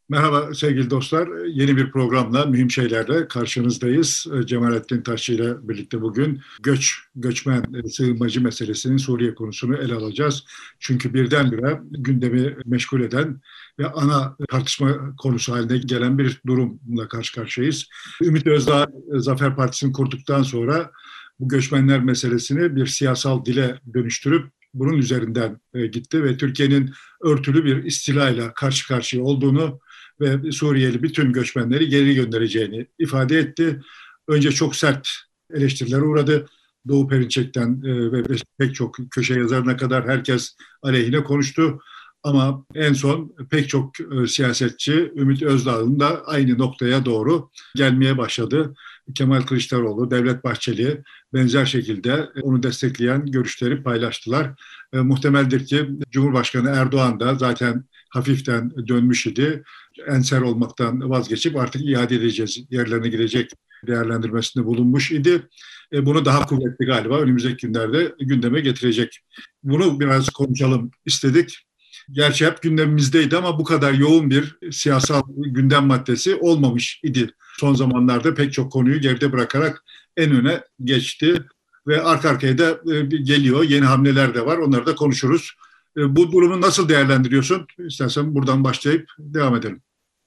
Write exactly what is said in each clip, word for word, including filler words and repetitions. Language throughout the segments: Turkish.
Merhaba sevgili dostlar. Yeni bir programla, mühim şeylerle karşınızdayız. Cemalettin Taşçı ile birlikte bugün göç, göçmen, sığınmacı meselesinin Suriye konusunu ele alacağız. Çünkü birdenbire gündemi meşgul eden ve ana tartışma konusu haline gelen bir durumla karşı karşıyayız. Ümit Özdağ Zafer Partisi'ni kurduktan sonra bu göçmenler meselesini bir siyasal dile dönüştürüp bunun üzerinden gitti ve Türkiye'nin örtülü bir istilayla karşı karşıya olduğunu ve Suriyeli bütün göçmenleri geri göndereceğini ifade etti. Önce çok sert eleştirilere uğradı. Doğu Perinçek'ten e, ve pek çok köşe yazarına kadar herkes aleyhine konuştu. Ama en son pek çok e, siyasetçi Ümit Özdağ'ın da aynı noktaya doğru gelmeye başladı. Kemal Kılıçdaroğlu, Devlet Bahçeli benzer şekilde onu destekleyen görüşleri paylaştılar. E, muhtemeldir ki Cumhurbaşkanı Erdoğan da zaten hafiften dönmüş idi. Enser olmaktan vazgeçip artık iade edeceğiz, yerlerine gidecek değerlendirmesinde bulunmuş idi. E, bunu daha kuvvetli galiba önümüzdeki günlerde gündeme getirecek. Bunu biraz konuşalım istedik. Gerçi hep gündemimizdeydi ama bu kadar yoğun bir siyasal gündem maddesi olmamış idi. Son zamanlarda pek çok konuyu geride bırakarak en öne geçti ve arka arkaya da geliyor. Yeni hamleler de var. Onları da konuşuruz. Bu durumu nasıl değerlendiriyorsun? İstersen buradan başlayıp devam edelim.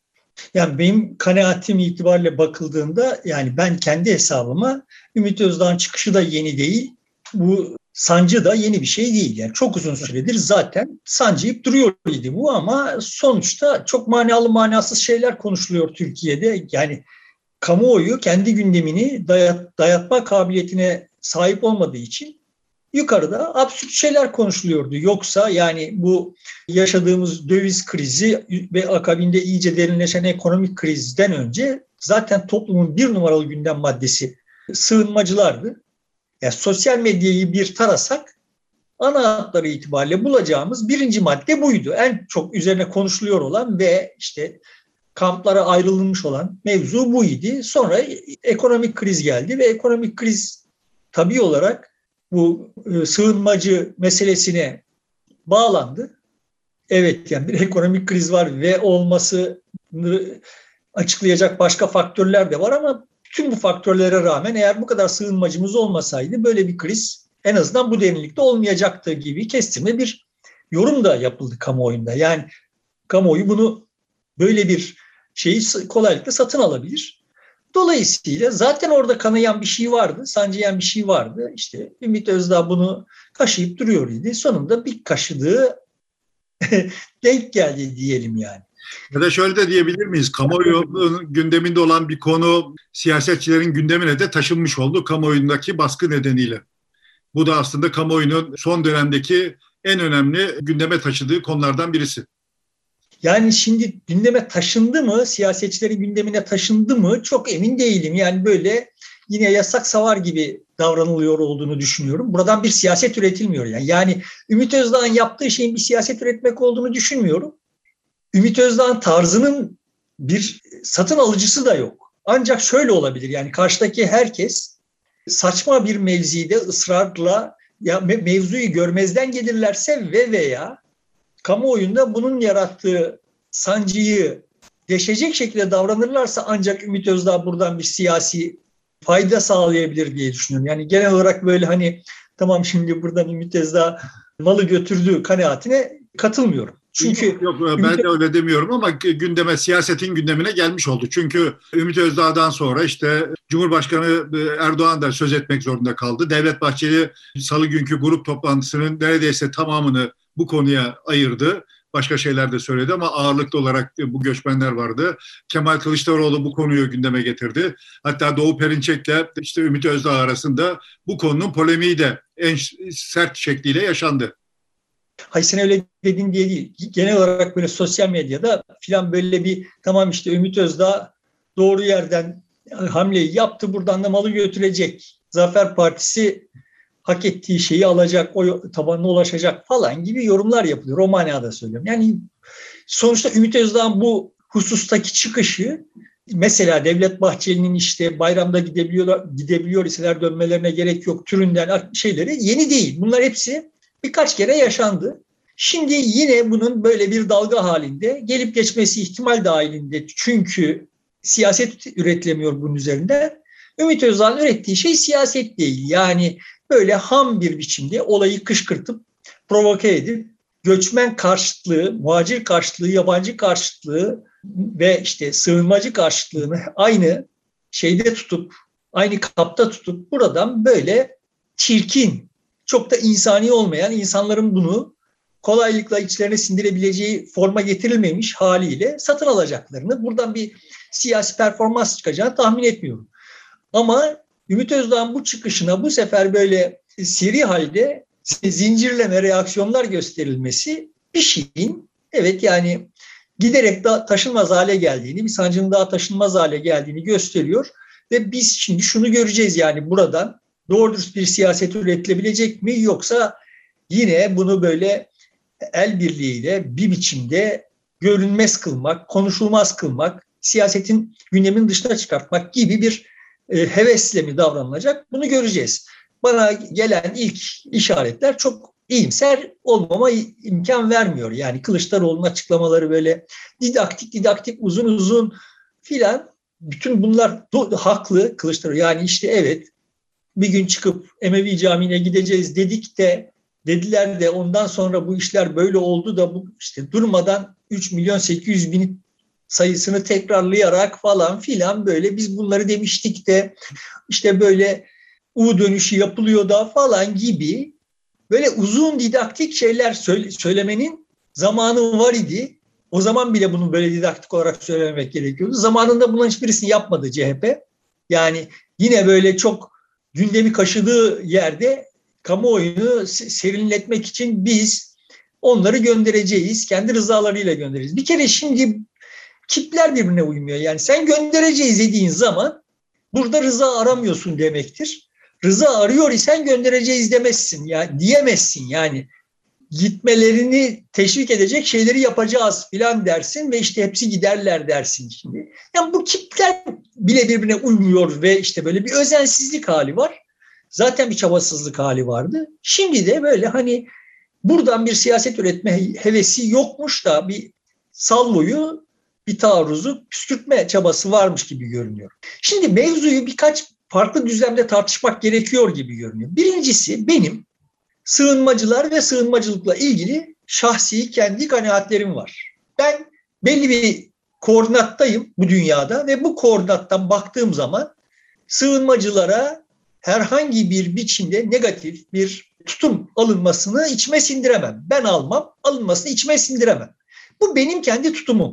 Yani benim kanaatim itibariyle bakıldığında yani ben kendi hesabıma Ümit Özdağ'ın çıkışı da yeni değil. Bu sancı da yeni bir şey değil. Yani çok uzun süredir zaten sancıyıp duruyor idi bu ama sonuçta çok manalı manasız şeyler konuşuluyor Türkiye'de. Yani kamuoyu kendi gündemini dayat, dayatma kabiliyetine sahip olmadığı için yukarıda absürt şeyler konuşuluyordu. Yoksa yani bu yaşadığımız döviz krizi ve akabinde iyice derinleşen ekonomik krizden önce zaten toplumun bir numaralı gündem maddesi sığınmacılardı. Yani sosyal medyayı bir tarasak ana hatları itibariyle bulacağımız birinci madde buydu. En çok üzerine konuşuluyor olan ve işte kamplara ayrılmış olan mevzu buydu. Sonra ekonomik kriz geldi ve ekonomik kriz tabii olarak bu e, sığınmacı meselesine bağlandı. Evet yani bir ekonomik kriz var ve olmasını açıklayacak başka faktörler de var ama tüm bu faktörlere rağmen eğer bu kadar sığınmacımız olmasaydı böyle bir kriz en azından bu derinlikte olmayacaktı gibi kestirme bir yorum da yapıldı kamuoyunda. Yani kamuoyu bunu böyle bir şeyi kolaylıkla satın alabilir. Dolayısıyla zaten orada kanayan bir şey vardı, sancıyan bir şey vardı. İşte Ümit Özdağ bunu kaşıyıp duruyor idi. Sonunda bir kaşıdığı denk geldi diyelim yani. Ya da şöyle de diyebilir miyiz? Kamuoyu gündeminde olan bir konu siyasetçilerin gündemine de taşınmış oldu kamuoyundaki baskı nedeniyle. Bu da aslında kamuoyunun son dönemdeki en önemli gündeme taşıdığı konulardan birisi. Yani şimdi gündeme taşındı mı, siyasetçilerin gündemine taşındı mı çok emin değilim. Yani böyle yine yasak savar gibi davranılıyor olduğunu düşünüyorum. Buradan bir siyaset üretilmiyor. Yani, yani Ümit Özdağ'ın yaptığı şeyin bir siyaset üretmek olduğunu düşünmüyorum. Ümit Özdağ'ın tarzının bir satın alıcısı da yok. Ancak şöyle olabilir yani karşıdaki herkes saçma bir mevzide ısrarla ya mevzuyu görmezden gelirlerse ve veya kamuoyunda bunun yarattığı sancıyı deşecek şekilde davranırlarsa ancak Ümit Özdağ buradan bir siyasi fayda sağlayabilir diye düşünüyorum. Yani genel olarak böyle hani tamam şimdi buradan Ümit Özdağ malı götürdüğü kanaatine katılmıyorum. Çünkü yok, yok ben Ümit... de öyle demiyorum ama gündeme, siyasetin gündemine gelmiş oldu. Çünkü Ümit Özdağ'dan sonra işte Cumhurbaşkanı Erdoğan da söz etmek zorunda kaldı. Devlet Bahçeli salı günkü grup toplantısının neredeyse tamamını bu konuya ayırdı. Başka şeyler de söyledi ama ağırlıklı olarak bu göçmenler vardı. Kemal Kılıçdaroğlu bu konuyu gündeme getirdi. Hatta Doğu Perinçek'le işte Ümit Özdağ arasında bu konunun polemiği de en sert şekliyle yaşandı. Hayır sen öyle dedin diye değil. Genel olarak böyle sosyal medyada filan böyle bir tamam işte Ümit Özdağ doğru yerden hamleyi yaptı. Buradan da malı götürecek. Zafer Partisi hak ettiği şeyi alacak, o tabanına ulaşacak falan gibi yorumlar yapılıyor. O manada söylüyorum. Yani sonuçta Ümit Özdağ'ın bu husustaki çıkışı mesela Devlet Bahçeli'nin işte bayramda gidebiliyor, gidebiliyor iseler dönmelerine gerek yok türünden şeyleri yeni değil. Bunlar hepsi birkaç kere yaşandı. Şimdi yine bunun böyle bir dalga halinde gelip geçmesi ihtimal dahilinde, çünkü siyaset üretilemiyor bunun üzerinden. Ümit Özdağ'ın ürettiği şey siyaset değil. Yani böyle ham bir biçimde olayı kışkırtıp, provoke edip, göçmen karşıtlığı, muhacir karşıtlığı, yabancı karşıtlığı ve işte sığınmacı karşıtlığını aynı şeyde tutup, aynı kapta tutup buradan böyle çirkin, çok da insani olmayan, insanların bunu kolaylıkla içlerine sindirebileceği forma getirilmemiş haliyle satın alacaklarını, buradan bir siyasi performans çıkacağını tahmin etmiyorum. Ama Ümit Özdağ'ın bu çıkışına bu sefer böyle seri halde zincirleme reaksiyonlar gösterilmesi bir şeyin, evet yani giderek daha taşınmaz hale geldiğini, bir sancının daha taşınmaz hale geldiğini gösteriyor. Ve biz şimdi şunu göreceğiz, yani buradan doğru dürüst bir siyaset üretilebilecek mi, yoksa yine bunu böyle el birliğiyle bir biçimde görünmez kılmak, konuşulmaz kılmak, siyasetin gündemin dışına çıkartmak gibi bir e, hevesle mi davranılacak, bunu göreceğiz. Bana gelen ilk işaretler çok iyimser olmama imkan vermiyor. Yani Kılıçdaroğlu'nun açıklamaları böyle didaktik didaktik uzun uzun filan, bütün bunlar do- haklı Kılıçdaroğlu. Yani işte evet, bir gün çıkıp Emevi Camii'ne gideceğiz dedik de, dediler de ondan sonra bu işler böyle oldu da bu işte durmadan üç milyon sekiz yüz bin sayısını tekrarlayarak falan filan, böyle biz bunları demiştik de işte böyle U dönüşü yapılıyor da falan gibi böyle uzun didaktik şeyler söyle, söylemenin zamanı var idi. O zaman bile bunu böyle didaktik olarak söylememek gerekiyordu. Zamanında bunların hiçbirisini yapmadı C H P. Yani yine böyle çok gündemi kaşıdığı yerde kamuoyunu serinletmek için biz onları göndereceğiz, kendi rızalarıyla göndereceğiz. Bir kere şimdi kipler birbirine uymuyor. Yani sen göndereceğiz dediğin zaman burada rıza aramıyorsun demektir. Rıza arıyor isen göndereceğiz demezsin, yani diyemezsin yani. Gitmelerini teşvik edecek şeyleri yapacağız filan dersin ve işte hepsi giderler dersin şimdi. Yani bu kipler bile birbirine uymuyor ve işte böyle bir özensizlik hali var. Zaten bir çabasızlık hali vardı. Şimdi de böyle hani buradan bir siyaset üretme hevesi yokmuş da bir salvoyu, bir taarruzu püskürtme çabası varmış gibi görünüyor. Şimdi mevzuyu birkaç farklı düzlemde tartışmak gerekiyor gibi görünüyor. Birincisi, benim sığınmacılar ve sığınmacılıkla ilgili şahsi kendi kanaatlerim var. Ben belli bir koordinattayım bu dünyada ve bu koordinattan baktığım zaman sığınmacılara herhangi bir biçimde negatif bir tutum alınmasını içime sindiremem. Ben almam, alınmasını içime sindiremem. Bu benim kendi tutumum.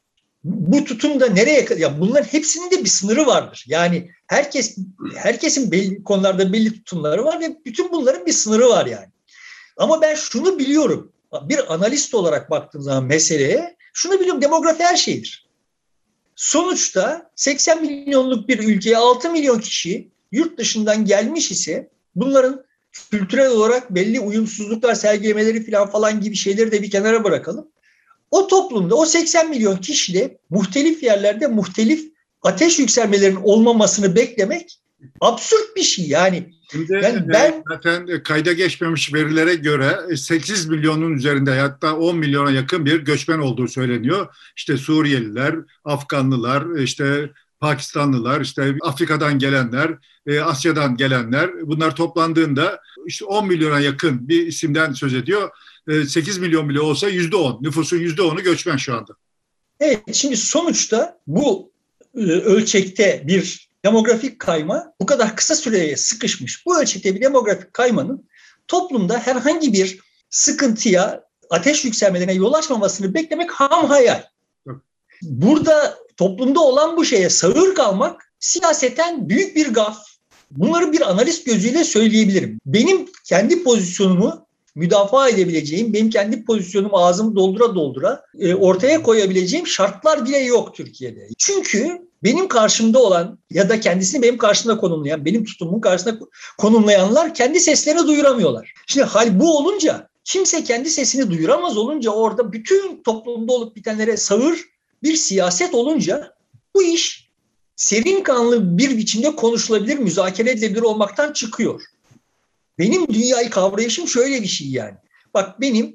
Bu tutum da nereye, ya bunların hepsinin de bir sınırı vardır. Yani herkes herkesin belli konularda belli tutumları var ve bütün bunların bir sınırı var yani. Ama ben şunu biliyorum. Bir analist olarak baktığım zaman meseleye şunu biliyorum: demografi her şeydir. Sonuçta seksen milyonluk bir ülkeye altı milyon kişi yurt dışından gelmiş ise bunların kültürel olarak belli uyumsuzluklar sergilemeleri falan falan gibi şeyleri de bir kenara bırakalım. O toplumda o seksen milyon kişide muhtelif yerlerde muhtelif ateş yükselmelerinin olmamasını beklemek absürt bir şey. Yani Şimdi yani ben zaten kayda geçmemiş verilere göre sekiz milyonun üzerinde, hatta on milyona yakın bir göçmen olduğu söyleniyor. İşte Suriyeliler, Afganlılar, işte Pakistanlılar, işte Afrika'dan gelenler, Asya'dan gelenler, bunlar toplandığında işte on milyona yakın bir isimden söz ediyor. sekiz milyon bile olsa yüzde on, nüfusun yüzde onu göçmen şu anda. Evet, şimdi sonuçta bu ölçekte bir demografik kayma, bu kadar kısa süreye sıkışmış bu ölçekte bir demografik kaymanın toplumda herhangi bir sıkıntıya, ateş yükselmelerine yol açmamasını beklemek ham hayal. Burada toplumda olan bu şeye sağır kalmak siyaseten büyük bir gaf. Bunları bir analist gözüyle söyleyebilirim. Benim kendi pozisyonumu müdafaa edebileceğim, benim kendi pozisyonumu ağzımı doldura doldura e, ortaya koyabileceğim şartlar bile yok Türkiye'de. Çünkü benim karşımda olan ya da kendisini benim karşımda konumlayan, benim tutumumun karşısında konumlayanlar kendi seslerini duyuramıyorlar. Şimdi hal bu olunca, kimse kendi sesini duyuramaz olunca, orada bütün toplumda olup bitenlere sağır bir siyaset olunca bu iş serin kanlı bir biçimde konuşulabilir, müzakere edilebilir olmaktan çıkıyor. Benim dünyayı kavrayışım şöyle bir şey yani. Bak, benim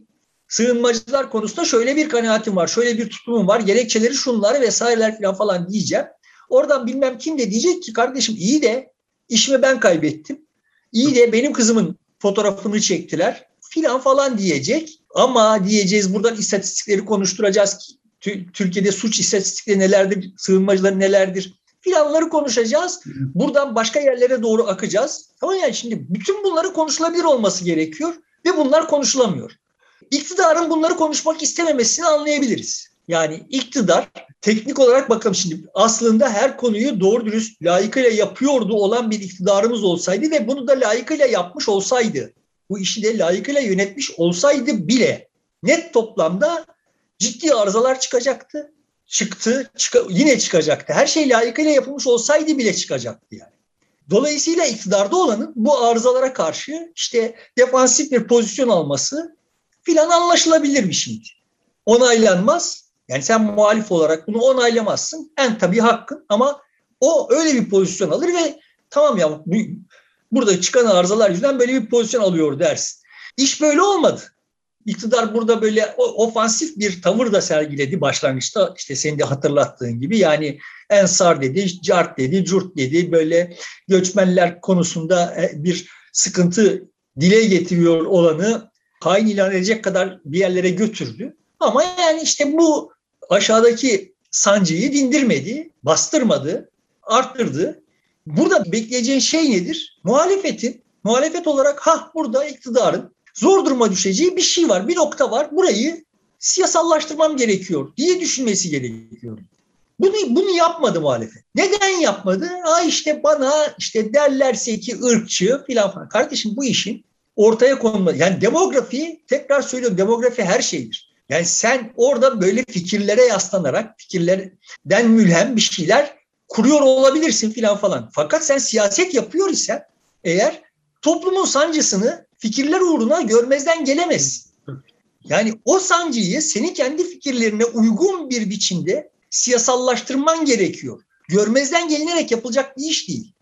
Sığınmacılar konusunda şöyle bir kanaatim var, şöyle bir tutumum var, gerekçeleri şunlar vesaireler falan falan diyeceğim. Oradan bilmem kim de diyecek ki kardeşim iyi de işimi ben kaybettim. İyi de benim kızımın fotoğrafını çektiler filan falan diyecek. Ama diyeceğiz buradan istatistikleri konuşturacağız. Türkiye'de suç istatistikleri nelerdir, sığınmacılar nelerdir filanları konuşacağız. Buradan başka yerlere doğru akacağız. Ama yani şimdi bütün bunları konuşulabilir olması gerekiyor ve bunlar konuşulamıyor. İktidarın bunları konuşmak istememesini anlayabiliriz. Yani iktidar teknik olarak bakalım şimdi aslında her konuyu doğru dürüst layıkıyla yapıyordu olan bir iktidarımız olsaydı ve bunu da layıkıyla yapmış olsaydı, bu işi de layıkıyla yönetmiş olsaydı bile net toplamda ciddi arızalar çıkacaktı. Çıktı, çık- yine çıkacaktı. Her şey layıkıyla yapılmış olsaydı bile çıkacaktı yani. Dolayısıyla iktidarda olanın bu arızalara karşı işte defansif bir pozisyon alması filan anlaşılabilir bir şeydi. Onaylanmaz. Yani sen muhalif olarak bunu onaylamazsın. En tabii hakkın ama o öyle bir pozisyon alır ve tamam ya bu, burada çıkan arızalar yüzünden böyle bir pozisyon alıyor dersin. İş böyle olmadı. İktidar burada böyle ofansif bir tavır da sergiledi başlangıçta. İşte senin de hatırlattığın gibi yani ensar dedi, cart dedi, curt dedi. Böyle göçmenler konusunda bir sıkıntı dile getiriyor olanı hain ilan edecek kadar bir yerlere götürdü. Ama yani işte bu aşağıdaki sancıyı dindirmedi, bastırmadı, arttırdı. Burada bekleyeceğin şey nedir? Muhalefetin, muhalefet olarak ha burada iktidarın zor duruma düşeceği bir şey var, bir nokta var. Burayı siyasallaştırmam gerekiyor diye düşünmesi gerekiyor. Bunu, bunu yapmadı muhalefet. Neden yapmadı? Ha işte bana işte derlerse ki ırkçı filan falan. Kardeşim bu işin ortaya konulmadı. Yani demografi, tekrar söylüyorum demografi her şeydir. Yani sen orada böyle fikirlere yaslanarak, fikirlerden mülhem bir şeyler kuruyor olabilirsin filan falan. Fakat sen siyaset yapıyor isen eğer toplumun sancısını fikirler uğruna görmezden gelemezsin. Yani o sancıyı senin kendi fikirlerine uygun bir biçimde siyasallaştırman gerekiyor. Görmezden gelinerek yapılacak bir iş değil.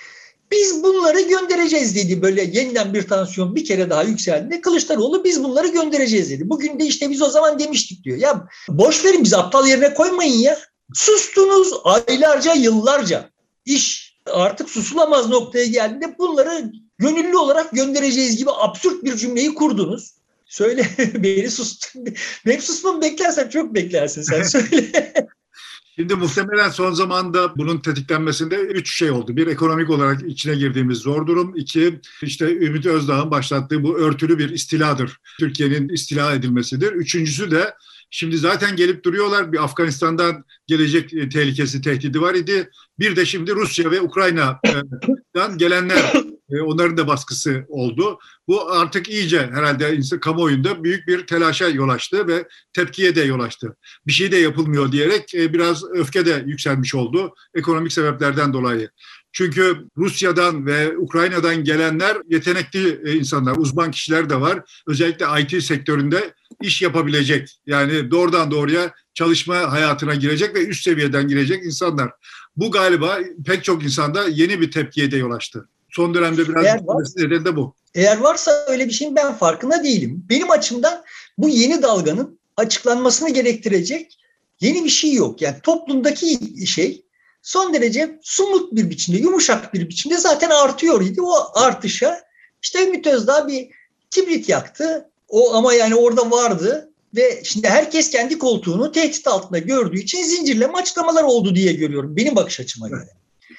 Biz bunları göndereceğiz dedi. Böyle yeniden bir tansiyon bir kere daha yükseldiğinde Kılıçdaroğlu biz bunları göndereceğiz dedi. Bugün de işte biz o zaman demiştik diyor. Ya boş verin bizi aptal yerine koymayın ya. Sustunuz aylarca yıllarca. İş artık susulamaz noktaya geldiğinde bunları gönüllü olarak göndereceğiz gibi absürt bir cümleyi kurdunuz. Söyle beni sustun. Benim susmamı beklersen çok beklersin sen söyle. Şimdi muhtemelen son zamanda bunun tetiklenmesinde üç şey oldu. Bir, ekonomik olarak içine girdiğimiz zor durum. İki, işte Ümit Özdağ'ın başlattığı bu örtülü bir istiladır. Türkiye'nin istila edilmesidir. Üçüncüsü de şimdi zaten gelip duruyorlar. Bir Afganistan'dan gelecek tehlikesi, tehdidi var idi. Bir de şimdi Rusya ve Ukrayna'dan gelenler, onların da baskısı oldu. Bu artık iyice herhalde kamuoyunda büyük bir telaşa yol açtı ve tepkiye de yol açtı. Bir şey de yapılmıyor diyerek biraz öfke de yükselmiş oldu ekonomik sebeplerden dolayı. Çünkü Rusya'dan ve Ukrayna'dan gelenler yetenekli insanlar, uzman kişiler de var. Özellikle I T sektöründe iş yapabilecek, yani doğrudan doğruya çalışma hayatına girecek ve üst seviyeden girecek insanlar. Bu galiba pek çok insanda yeni bir tepkiye de yol açtı. Son dönemde biraz neden de bu. Eğer varsa öyle bir şeyin ben farkında değilim. Benim açımdan bu yeni dalganın açıklanmasını gerektirecek yeni bir şey yok. Yani toplumdaki şey son derece somut bir biçimde, yumuşak bir biçimde zaten artıyor idi. O artışa işte Ümit Özdağ bir kibrit yaktı. O ama yani orada vardı ve şimdi herkes kendi koltuğunu tehdit altında gördüğü için zincirleme açıklamalar oldu diye görüyorum benim bakış açıma göre.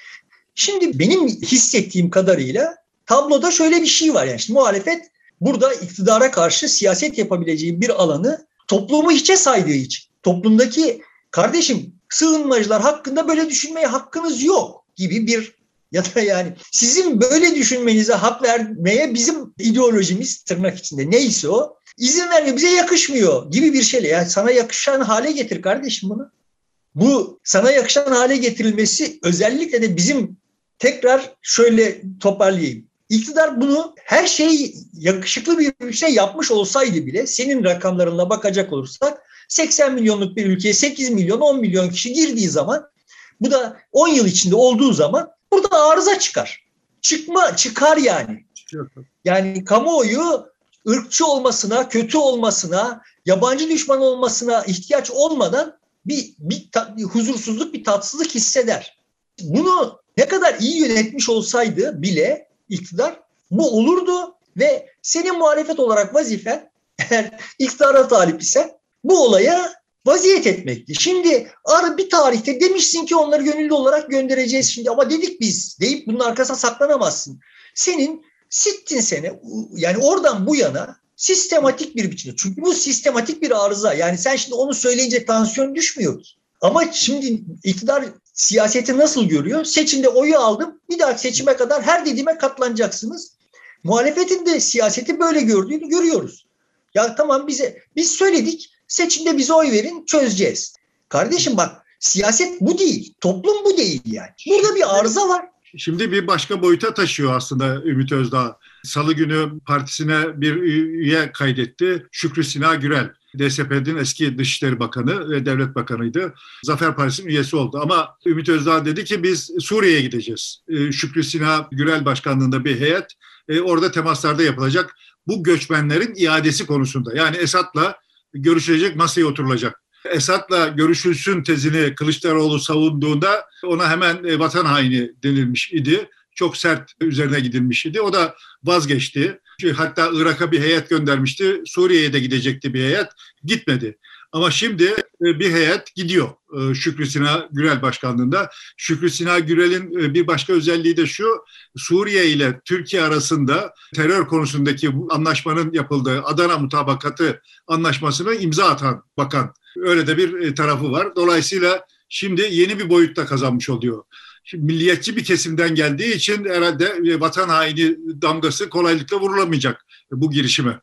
Şimdi benim hissettiğim kadarıyla tabloda şöyle bir şey var. Yani şimdi muhalefet burada iktidara karşı siyaset yapabileceği bir alanı toplumu hiçe saydığı için. Toplumdaki kardeşim sığınmacılar hakkında böyle düşünmeye hakkınız yok gibi bir ya da yani sizin böyle düşünmenize hak vermeye bizim ideolojimiz tırnak içinde neyse o izin vermiyor, bize yakışmıyor gibi bir şeyle. Yani sana yakışan hale getir kardeşim bunu. Bu sana yakışan hale getirilmesi özellikle de bizim tekrar şöyle toparlayayım. İktidar bunu her şey yakışıklı bir şey yapmış olsaydı bile senin rakamlarına bakacak olursak seksen milyonluk bir ülkeye sekiz milyon on milyon kişi girdiği zaman bu da on yıl içinde olduğu zaman burada arıza çıkar. Çıkma çıkar yani. Yani kamuoyu ırkçı olmasına, kötü olmasına, yabancı düşman olmasına ihtiyaç olmadan bir, bir, bir huzursuzluk, bir tatsızlık hisseder. Bunu ne kadar iyi yönetmiş olsaydı bile iktidar bu olurdu ve senin muhalefet olarak vazifen, eğer iktidara talip isen bu olaya vaziyet etmekti. Şimdi ara bir tarihte demişsin ki onları gönüllü olarak göndereceğiz şimdi ama dedik biz deyip bunun arkasına saklanamazsın. Senin sittin sene yani oradan bu yana sistematik bir biçimde. Çünkü bu sistematik bir arıza. Yani sen şimdi onu söyleyince tansiyon düşmüyor. Ama şimdi iktidar siyaseti nasıl görüyor? Seçimde oyu aldım. Bir dahaki seçime kadar her dediğime katlanacaksınız. Muhalefetin de siyaseti böyle gördüğünü görüyoruz. Ya tamam bize biz söyledik. Seçimde bize oy verin, çözeceğiz. Kardeşim bak, siyaset bu değil. Toplum bu değil yani. Burada bir arıza var. Şimdi bir başka boyuta taşıyor aslında Ümit Özdağ. Salı günü partisine bir üye kaydetti. Şükrü Sina Gürel. D S P'nin eski Dışişleri Bakanı ve Devlet Bakanı'ydı. Zafer Partisi'nin üyesi oldu. Ama Ümit Özdağ dedi ki biz Suriye'ye gideceğiz. Şükrü Sina Gürel başkanlığında bir heyet. Orada temaslarda yapılacak. Bu göçmenlerin iadesi konusunda. Yani Esad'la görüşülecek, masaya oturulacak. Esad'la görüşülsün tezini Kılıçdaroğlu savunduğunda ona hemen vatan haini denilmiş idi. Çok sert üzerine gidilmiş idi. O da vazgeçti. Hatta Irak'a bir heyet göndermişti. Suriye'ye de gidecekti bir heyet. Gitmedi. Ama şimdi bir heyet gidiyor Şükrü Sina Gürel başkanlığında. Şükrü Sina Gürel'in bir başka özelliği de şu: Suriye ile Türkiye arasında terör konusundaki anlaşmanın yapıldığı Adana Mutabakatı anlaşmasına imza atan bakan. Öyle de bir tarafı var. Dolayısıyla şimdi yeni bir boyutta kazanmış oluyor. Şimdi milliyetçi bir kesimden geldiği için herhalde vatan haini damgası kolaylıkla vurulamayacak bu girişime.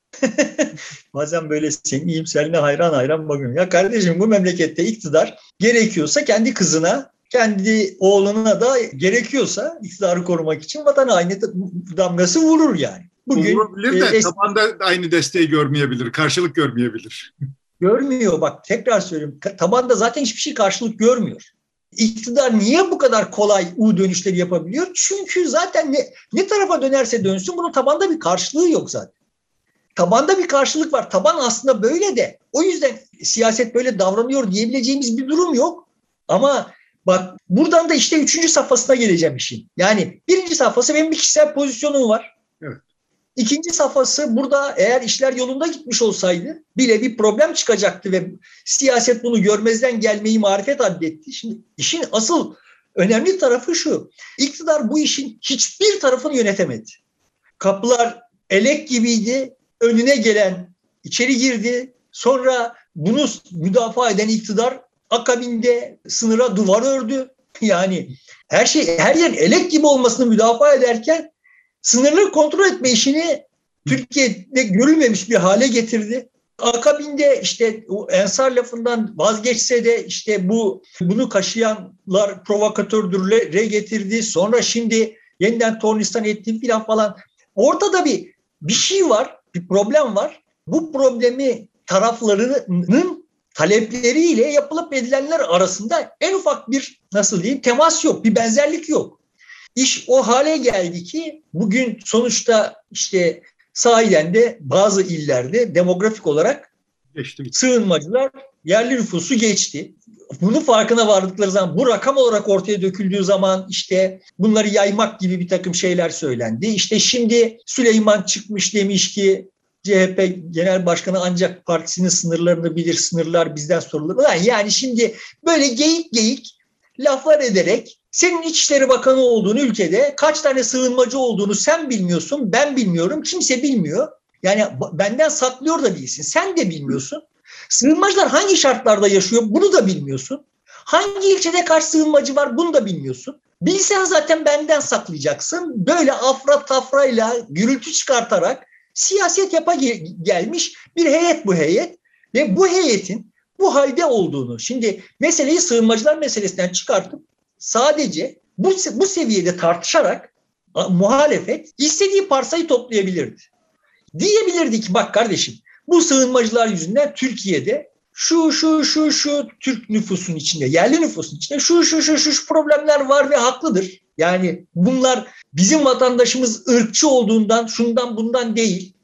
Bazen böyle senin iyimserliğine hayran hayran bakıyorum. Ya kardeşim, bu memlekette iktidar gerekiyorsa kendi kızına, kendi oğluna da gerekiyorsa iktidarı korumak için vatan haini damgası vurur yani. Bugün vurabilir de e, tabanda aynı desteği görmeyebilir, karşılık görmeyebilir. Görmüyor, bak tekrar söylüyorum. Tabanda zaten hiçbir şey karşılık görmüyor. İktidar niye bu kadar kolay U dönüşleri yapabiliyor? Çünkü zaten ne, ne tarafa dönerse dönsün bunun tabanda bir karşılığı yok zaten. Tabanda bir karşılık var. Taban aslında böyle de. O yüzden siyaset böyle davranıyor diyebileceğimiz bir durum yok. Ama bak buradan da işte üçüncü safhasına geleceğim işin. Yani birinci safhası benim bir kişisel pozisyonum var. Evet. İkinci safhası, burada eğer işler yolunda gitmiş olsaydı bile bir problem çıkacaktı ve siyaset bunu görmezden gelmeyi marifet addetti. Şimdi işin asıl önemli tarafı şu: İktidar bu işin hiçbir tarafını yönetemedi. Kapılar elek gibiydi. Önüne gelen içeri girdi. Sonra bunu müdafaa eden iktidar akabinde sınıra duvar ördü. Yani her şey, her yer elek gibi olmasını müdafaa ederken sınırları kontrol etme işini Türkiye'de görülmemiş bir hale getirdi. Akabinde işte o Ensar lafından vazgeçse de işte bu bunu kaşıyanlar provokatördürle getirdi. Sonra şimdi yeniden Tornistan ettiği falan falan. Ortada bir bir şey var, bir problem var. Bu problemi taraflarının talepleriyle yapılıp edilenler arasında en ufak bir, nasıl diyeyim, temas yok, bir benzerlik yok. İş o hale geldi ki bugün sonuçta işte sahiden de bazı illerde demografik olarak geçti. Sığınmacılar yerli nüfusu geçti. Bunun farkına vardıkları zaman, bu rakam olarak ortaya döküldüğü zaman işte bunları yaymak gibi bir takım şeyler söylendi. İşte şimdi Süleyman çıkmış, demiş ki C H P Genel Başkanı ancak partisinin sınırlarını bilir, sınırlar bizden sorulur. Yani şimdi böyle geyik geyik laflar ederek senin İçişleri Bakanı olduğun ülkede kaç tane sığınmacı olduğunu sen bilmiyorsun, ben bilmiyorum, kimse bilmiyor. Yani benden saklıyor da değilsin, sen de bilmiyorsun. Sığınmacılar hangi şartlarda yaşıyor bunu da bilmiyorsun. Hangi ilçede kaç sığınmacı var bunu da bilmiyorsun. Bilsen zaten benden saklayacaksın. Böyle afra tafrayla gürültü çıkartarak siyaset yapa gelmiş bir heyet bu heyet. Ve bu heyetin bu halde olduğunu, şimdi meseleyi sığınmacılar meselesinden çıkartıp sadece bu, bu seviyede tartışarak muhalefet istediği parsayı toplayabilirdi. Diyebilirdi ki bak kardeşim, bu sığınmacılar yüzünden Türkiye'de şu şu şu şu Türk nüfusun içinde, yerli nüfusun içinde şu şu şu şu, şu problemler var ve haklıdır. Yani bunlar bizim vatandaşımız ırkçı olduğundan, şundan bundan değil.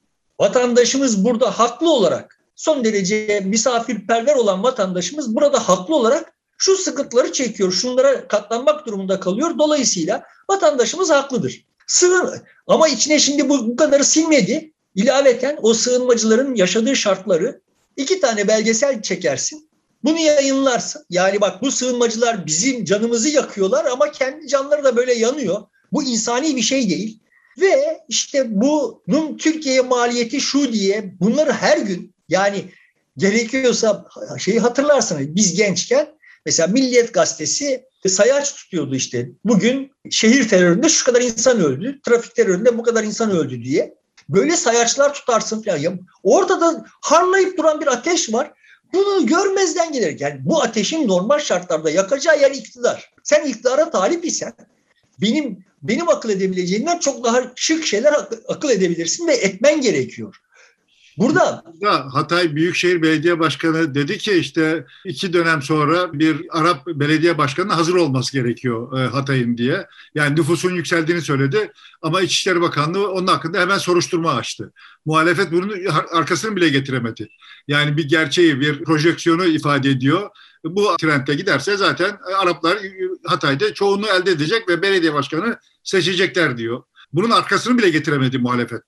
Vatandaşımız burada haklı olarak, son derece misafirperver olan vatandaşımız burada haklı olarak şu sıkıntıları çekiyor, şunlara katlanmak durumunda kalıyor. Dolayısıyla vatandaşımız haklıdır. Sığın, ama içine şimdi bu, bu kadarı silmedi. İlaveten o sığınmacıların yaşadığı şartları iki tane belgesel çekersin. Bunu yayınlarsın. Yani bak, bu sığınmacılar bizim canımızı yakıyorlar ama kendi canları da böyle yanıyor. Bu insani bir şey değil. Ve işte bunun Türkiye'ye maliyeti şu diye bunları her gün, yani gerekiyorsa şeyi hatırlarsınız, biz gençken mesela Milliyet Gazetesi sayaç tutuyordu işte. Bugün şehir teröründe şu kadar insan öldü, trafik teröründe bu kadar insan öldü diye. Böyle sayaçlar tutarsın falan. Ya, orada da harlayıp duran bir ateş var. Bunu görmezden gelerek, yani bu ateşin normal şartlarda yakacağı yer iktidar. Sen iktidara talip isen benim benim akıl edebileceğimden çok daha şık şeyler akıl edebilirsin ve etmen gerekiyor. Burada Hatay Büyükşehir Belediye Başkanı dedi ki işte iki dönem sonra bir Arap belediye başkanına hazır olması gerekiyor e, Hatay'ın diye. Yani nüfusun yükseldiğini söyledi ama İçişleri Bakanlığı onun hakkında hemen soruşturma açtı. Muhalefet bunun arkasını bile getiremedi. Yani bir gerçeği, bir projeksiyonu ifade ediyor. Bu trendde giderse zaten Araplar Hatay'da çoğunluğu elde edecek ve belediye başkanı seçecekler diyor. Bunun arkasını bile getiremedi muhalefet.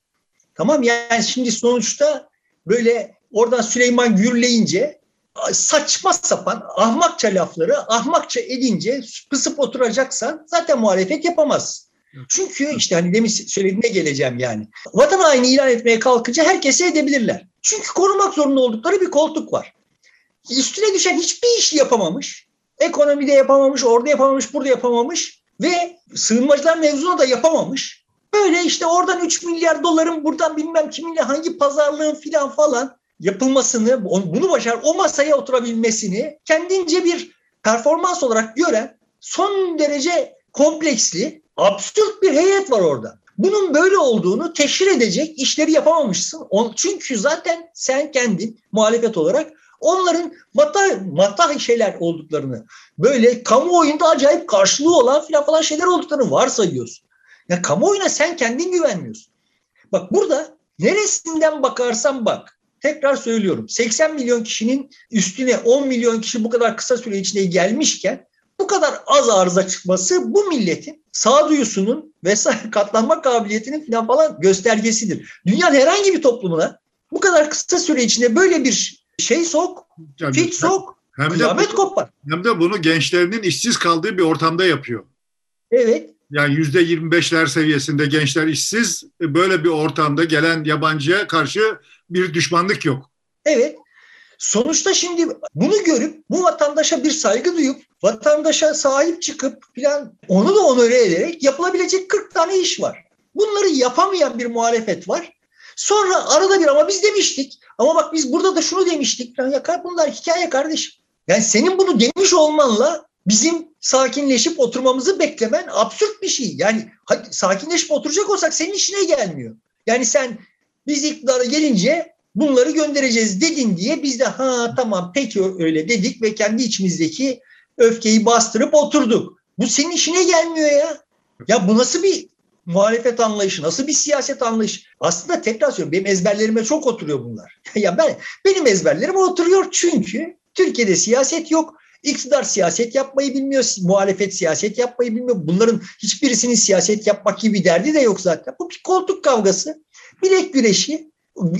Tamam, yani şimdi sonuçta böyle oradan Süleyman gürleyince saçma sapan ahmakça lafları ahmakça edince pısıp oturacaksan zaten muhalefet yapamaz. Çünkü işte hani demin söylediğine geleceğim yani. Vatan haini ilan etmeye kalkınca herkese edebilirler. Çünkü korumak zorunda oldukları bir koltuk var. Üstüne düşen hiçbir iş yapamamış. Ekonomide yapamamış, orada yapamamış, burada yapamamış ve sığınmacılar mevzuna da yapamamış. Böyle işte oradan üç milyar doların buradan bilmem kiminle hangi pazarlığın filan falan yapılmasını, bunu başar, o masaya oturabilmesini kendince bir performans olarak gören son derece kompleksli, absürt bir heyet var orada. Bunun böyle olduğunu teşhir edecek işleri yapamamışsın. Çünkü zaten sen kendin muhalefet olarak onların matah, matah şeyler olduklarını, böyle kamuoyunda acayip karşılığı olan filan falan şeyler olduklarını varsayıyorsun. Ya kamuoyuna sen kendin güvenmiyorsun. Bak burada neresinden bakarsan bak, tekrar söylüyorum, seksen milyon kişinin üstüne on milyon kişi bu kadar kısa süre içinde gelmişken bu kadar az arıza çıkması bu milletin sağduyusunun vesaire katlanma kabiliyetinin falan falan göstergesidir. Dünyanın herhangi bir toplumuna bu kadar kısa süre içinde böyle bir şey sok, yani, fit sok, hem kıyamet de, kopar. Hem de bunu gençlerinin işsiz kaldığı bir ortamda yapıyor. Evet. Yani yüzde yirmi beşler seviyesinde gençler işsiz, böyle bir ortamda gelen yabancıya karşı bir düşmanlık yok. Evet. Sonuçta şimdi bunu görüp bu vatandaşa bir saygı duyup vatandaşa sahip çıkıp falan onu da onore ederek yapılabilecek kırk tane iş var. Bunları yapamayan bir muhalefet var. Sonra arada bir ama biz demiştik, ama bak biz burada da şunu demiştik. Ya bunlar hikaye kardeşim. Yani senin bunu demiş olmanla bizim sakinleşip oturmamızı beklemen absürt bir şey. Yani hadi sakinleşip oturacak olsak senin işine gelmiyor. Yani sen biz iktidara gelince bunları göndereceğiz dedin diye biz de ha tamam peki öyle dedik ve kendi içimizdeki öfkeyi bastırıp oturduk. Bu senin işine gelmiyor ya. Ya bu nasıl bir muhalefet anlayışı, nasıl bir siyaset anlayışı? Aslında tekrar söylüyorum, benim ezberlerime çok oturuyor bunlar. Ya ben benim ezberlerime oturuyor çünkü Türkiye'de siyaset yok. İktidar siyaset yapmayı bilmiyor, muhalefet siyaset yapmayı bilmiyor. Bunların hiçbirisinin siyaset yapmak gibi bir derdi de yok zaten. Bu bir koltuk kavgası, bilek güreşi.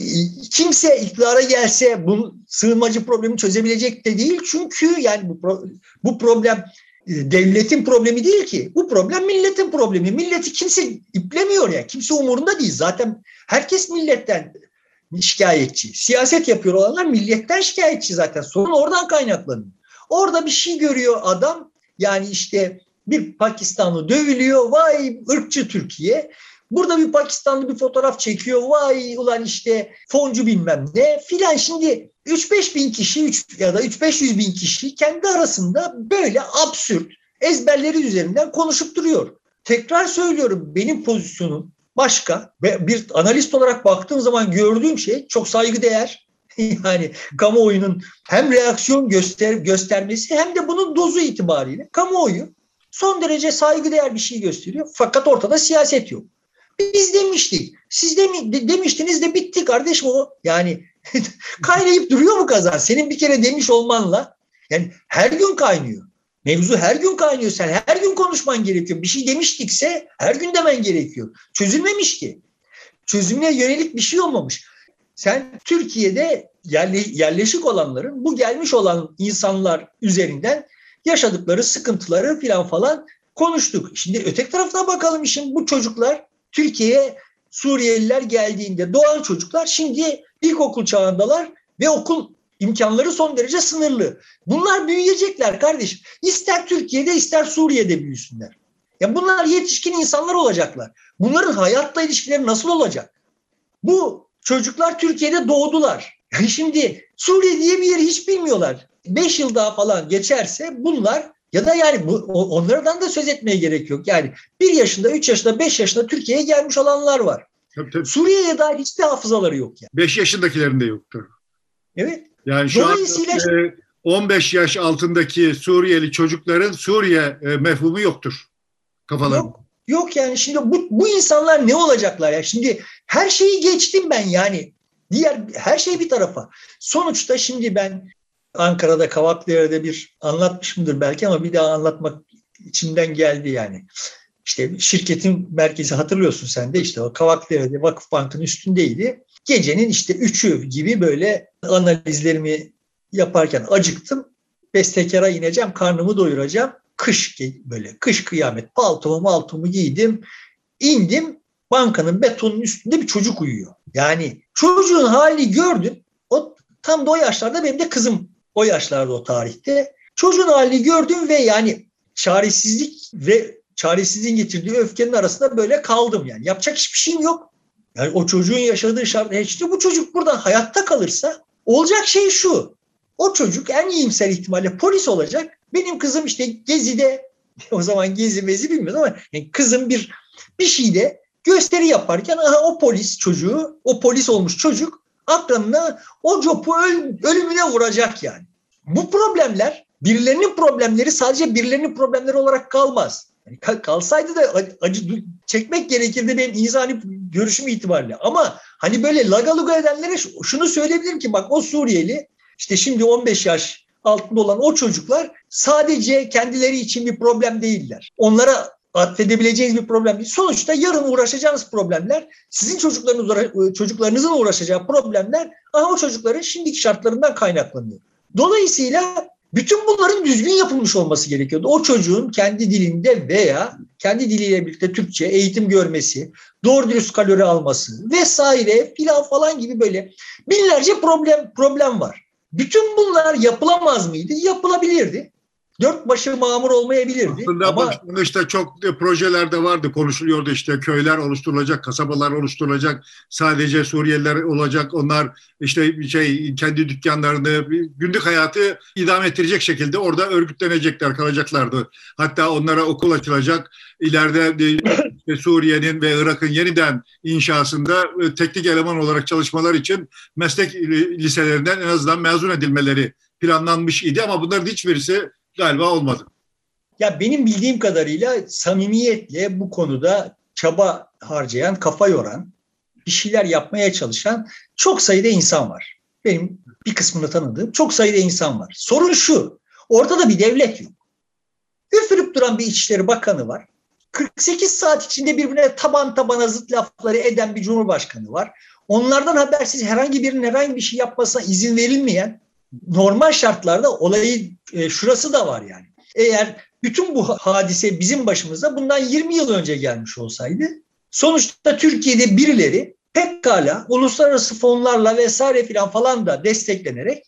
Kimse iktidara gelse bu sığınmacı problemi çözebilecek de değil. Çünkü yani bu, bu problem devletin problemi değil ki. Bu problem milletin problemi. Milleti kimse iplemiyor ya. Kimse umurunda değil. Zaten herkes milletten şikayetçi. Siyaset yapıyor olanlar milletten şikayetçi zaten. Sorun oradan kaynaklanıyor. Orada bir şey görüyor adam. Yani işte bir Pakistanlı dövülüyor. Vay ırkçı Türkiye. Burada bir Pakistanlı bir fotoğraf çekiyor. Vay ulan işte foncu bilmem ne filan. Şimdi üç beş bin kişi üç ya da üç beş yüz bin kişi kendi arasında böyle absürt ezberleri üzerinden konuşup duruyor. Tekrar söylüyorum, benim pozisyonum başka. Bir analist olarak baktığım zaman gördüğüm şey çok saygıdeğer. Yani kamuoyunun hem reaksiyon göster göstermesi hem de bunun dozu itibariyle kamuoyu son derece saygıdeğer bir şey gösteriyor. Fakat ortada siyaset yok. Biz demiştik. Siz de, de, demiştiniz de bitti kardeşim o. Yani kaynayıp duruyor mu kazan? Senin bir kere demiş olmanla. Yani her gün kaynıyor. Mevzu her gün kaynıyor. Sen her gün konuşman gerekiyor. Bir şey demiştikse her gün demen gerekiyor. Çözülmemiş ki. Çözümüne yönelik bir şey olmamış. Sen Türkiye'de yerle, yerleşik olanların, bu gelmiş olan insanlar üzerinden yaşadıkları sıkıntıları falan falan konuştuk. Şimdi öteki tarafına bakalım işin. Bu çocuklar Türkiye'ye Suriyeliler geldiğinde doğan çocuklar şimdi ilkokul çağındalar ve okul imkanları son derece sınırlı. Bunlar büyüyecekler kardeşim. İster Türkiye'de ister Suriye'de büyüsünler. Ya bunlar yetişkin insanlar olacaklar. Bunların hayatla ilişkileri nasıl olacak? Bu çocuklar Türkiye'de doğdular. Yani şimdi Suriye diye bir yeri hiç bilmiyorlar. Beş yıl daha falan geçerse bunlar ya da yani bu, onlardan da söz etmeye gerek yok. Yani bir yaşında, üç yaşında, beş yaşında Türkiye'ye gelmiş olanlar var. Tabii, tabii. Suriye'ye dair hiçbir hafızaları yok. Yani. beş yaşındakilerin de yoktur. Evet. Yani şu Dolayısıyla anda e, on beş yaş altındaki Suriyeli çocukların Suriye e, mefhumu yoktur kafalarında. Yok, yok yani şimdi bu, bu insanlar ne olacaklar ya? Şimdi her şeyi geçtim ben yani. Diğer her şey bir tarafa. Sonuçta şimdi ben Ankara'da Kavaklıdere'de bir anlatmışımdır belki ama bir daha anlatmak içimden geldi yani. İşte şirketin merkezi hatırlıyorsun sen de işte o Kavaklıdere'de Vakıfbank'ın üstündeydi. Gecenin işte üçü gibi böyle analizlerimi yaparken acıktım. Bestekara ineceğim, karnımı doyuracağım. Kış böyle, kış kıyamet. Paltomu maltomu giydim. İndim, bankanın betonun üstünde bir çocuk uyuyor. Yani çocuğun halini gördüm. O tam da o yaşlarda benim de kızım o yaşlarda o tarihte. Çocuğun halini gördüm ve yani çaresizlik ve çaresizliğin getirdiği öfkenin arasında böyle kaldım yani. Yapacak hiçbir şeyim yok. Yani o çocuğun yaşadığı şartlar işte bu çocuk buradan hayatta kalırsa olacak şey şu. O çocuk en iyimser ihtimalle polis olacak. Benim kızım işte Gezi'de o zaman Gezi mezi bilmiyorum ama yani kızım bir bir şeyde gösteri yaparken aha o polis çocuğu, o polis olmuş çocuk akranına o copu öl, ölümüne vuracak yani. Bu problemler birilerinin problemleri sadece birilerinin problemleri olarak kalmaz. Yani kalsaydı da acı çekmek gerekirdi benim insani görüşüm itibariyle. Ama hani böyle lagaluga edenlere şunu söyleyebilirim ki bak o Suriyeli işte şimdi on beş yaş altında olan o çocuklar sadece kendileri için bir problem değiller. Onlara atfedebileceğiniz bir problem değil. Sonuçta yarın uğraşacağınız problemler sizin çocuklarınız, çocuklarınızın uğraşacağı problemler ama o çocukların şimdiki şartlarından kaynaklanıyor. Dolayısıyla bütün bunların düzgün yapılmış olması gerekiyordu. O çocuğun kendi dilinde veya kendi diliyle birlikte Türkçe eğitim görmesi, doğru dürüst kalori alması vesaire filan falan gibi böyle binlerce problem problem var. Bütün bunlar yapılamaz mıydı? Yapılabilirdi. Dört başı mamur olmayabilirdi. Aslında ama başlangıçta çok projeler de vardı. Konuşuluyordu işte köyler oluşturulacak, kasabalar oluşturulacak. Sadece Suriyeliler olacak. Onlar işte şey kendi dükkanlarını, günlük hayatı idame ettirecek şekilde orada örgütlenecekler, kalacaklardı. Hatta onlara okul açılacak. İleride işte Suriye'nin ve Irak'ın yeniden inşasında teknik eleman olarak çalışmalar için meslek liselerinden en azından mezun edilmeleri planlanmış idi. Ama bunların hiçbirisi galiba olmadı. Ya benim bildiğim kadarıyla samimiyetle bu konuda çaba harcayan, kafa yoran, bir şeyler yapmaya çalışan çok sayıda insan var. Benim bir kısmını tanıdığım çok sayıda insan var. Sorun şu, ortada bir devlet yok. Üfürüp duran bir İçişleri Bakanı var. kırk sekiz saat içinde birbirine taban tabana zıt lafları eden bir Cumhurbaşkanı var. Onlardan habersiz herhangi birinin herhangi bir şey yapmasına izin verilmeyen normal şartlarda olayı e, şurası da var yani. Eğer bütün bu hadise bizim başımıza bundan yirmi yıl önce gelmiş olsaydı sonuçta Türkiye'de birileri pekala uluslararası fonlarla vesaire filan falan da desteklenerek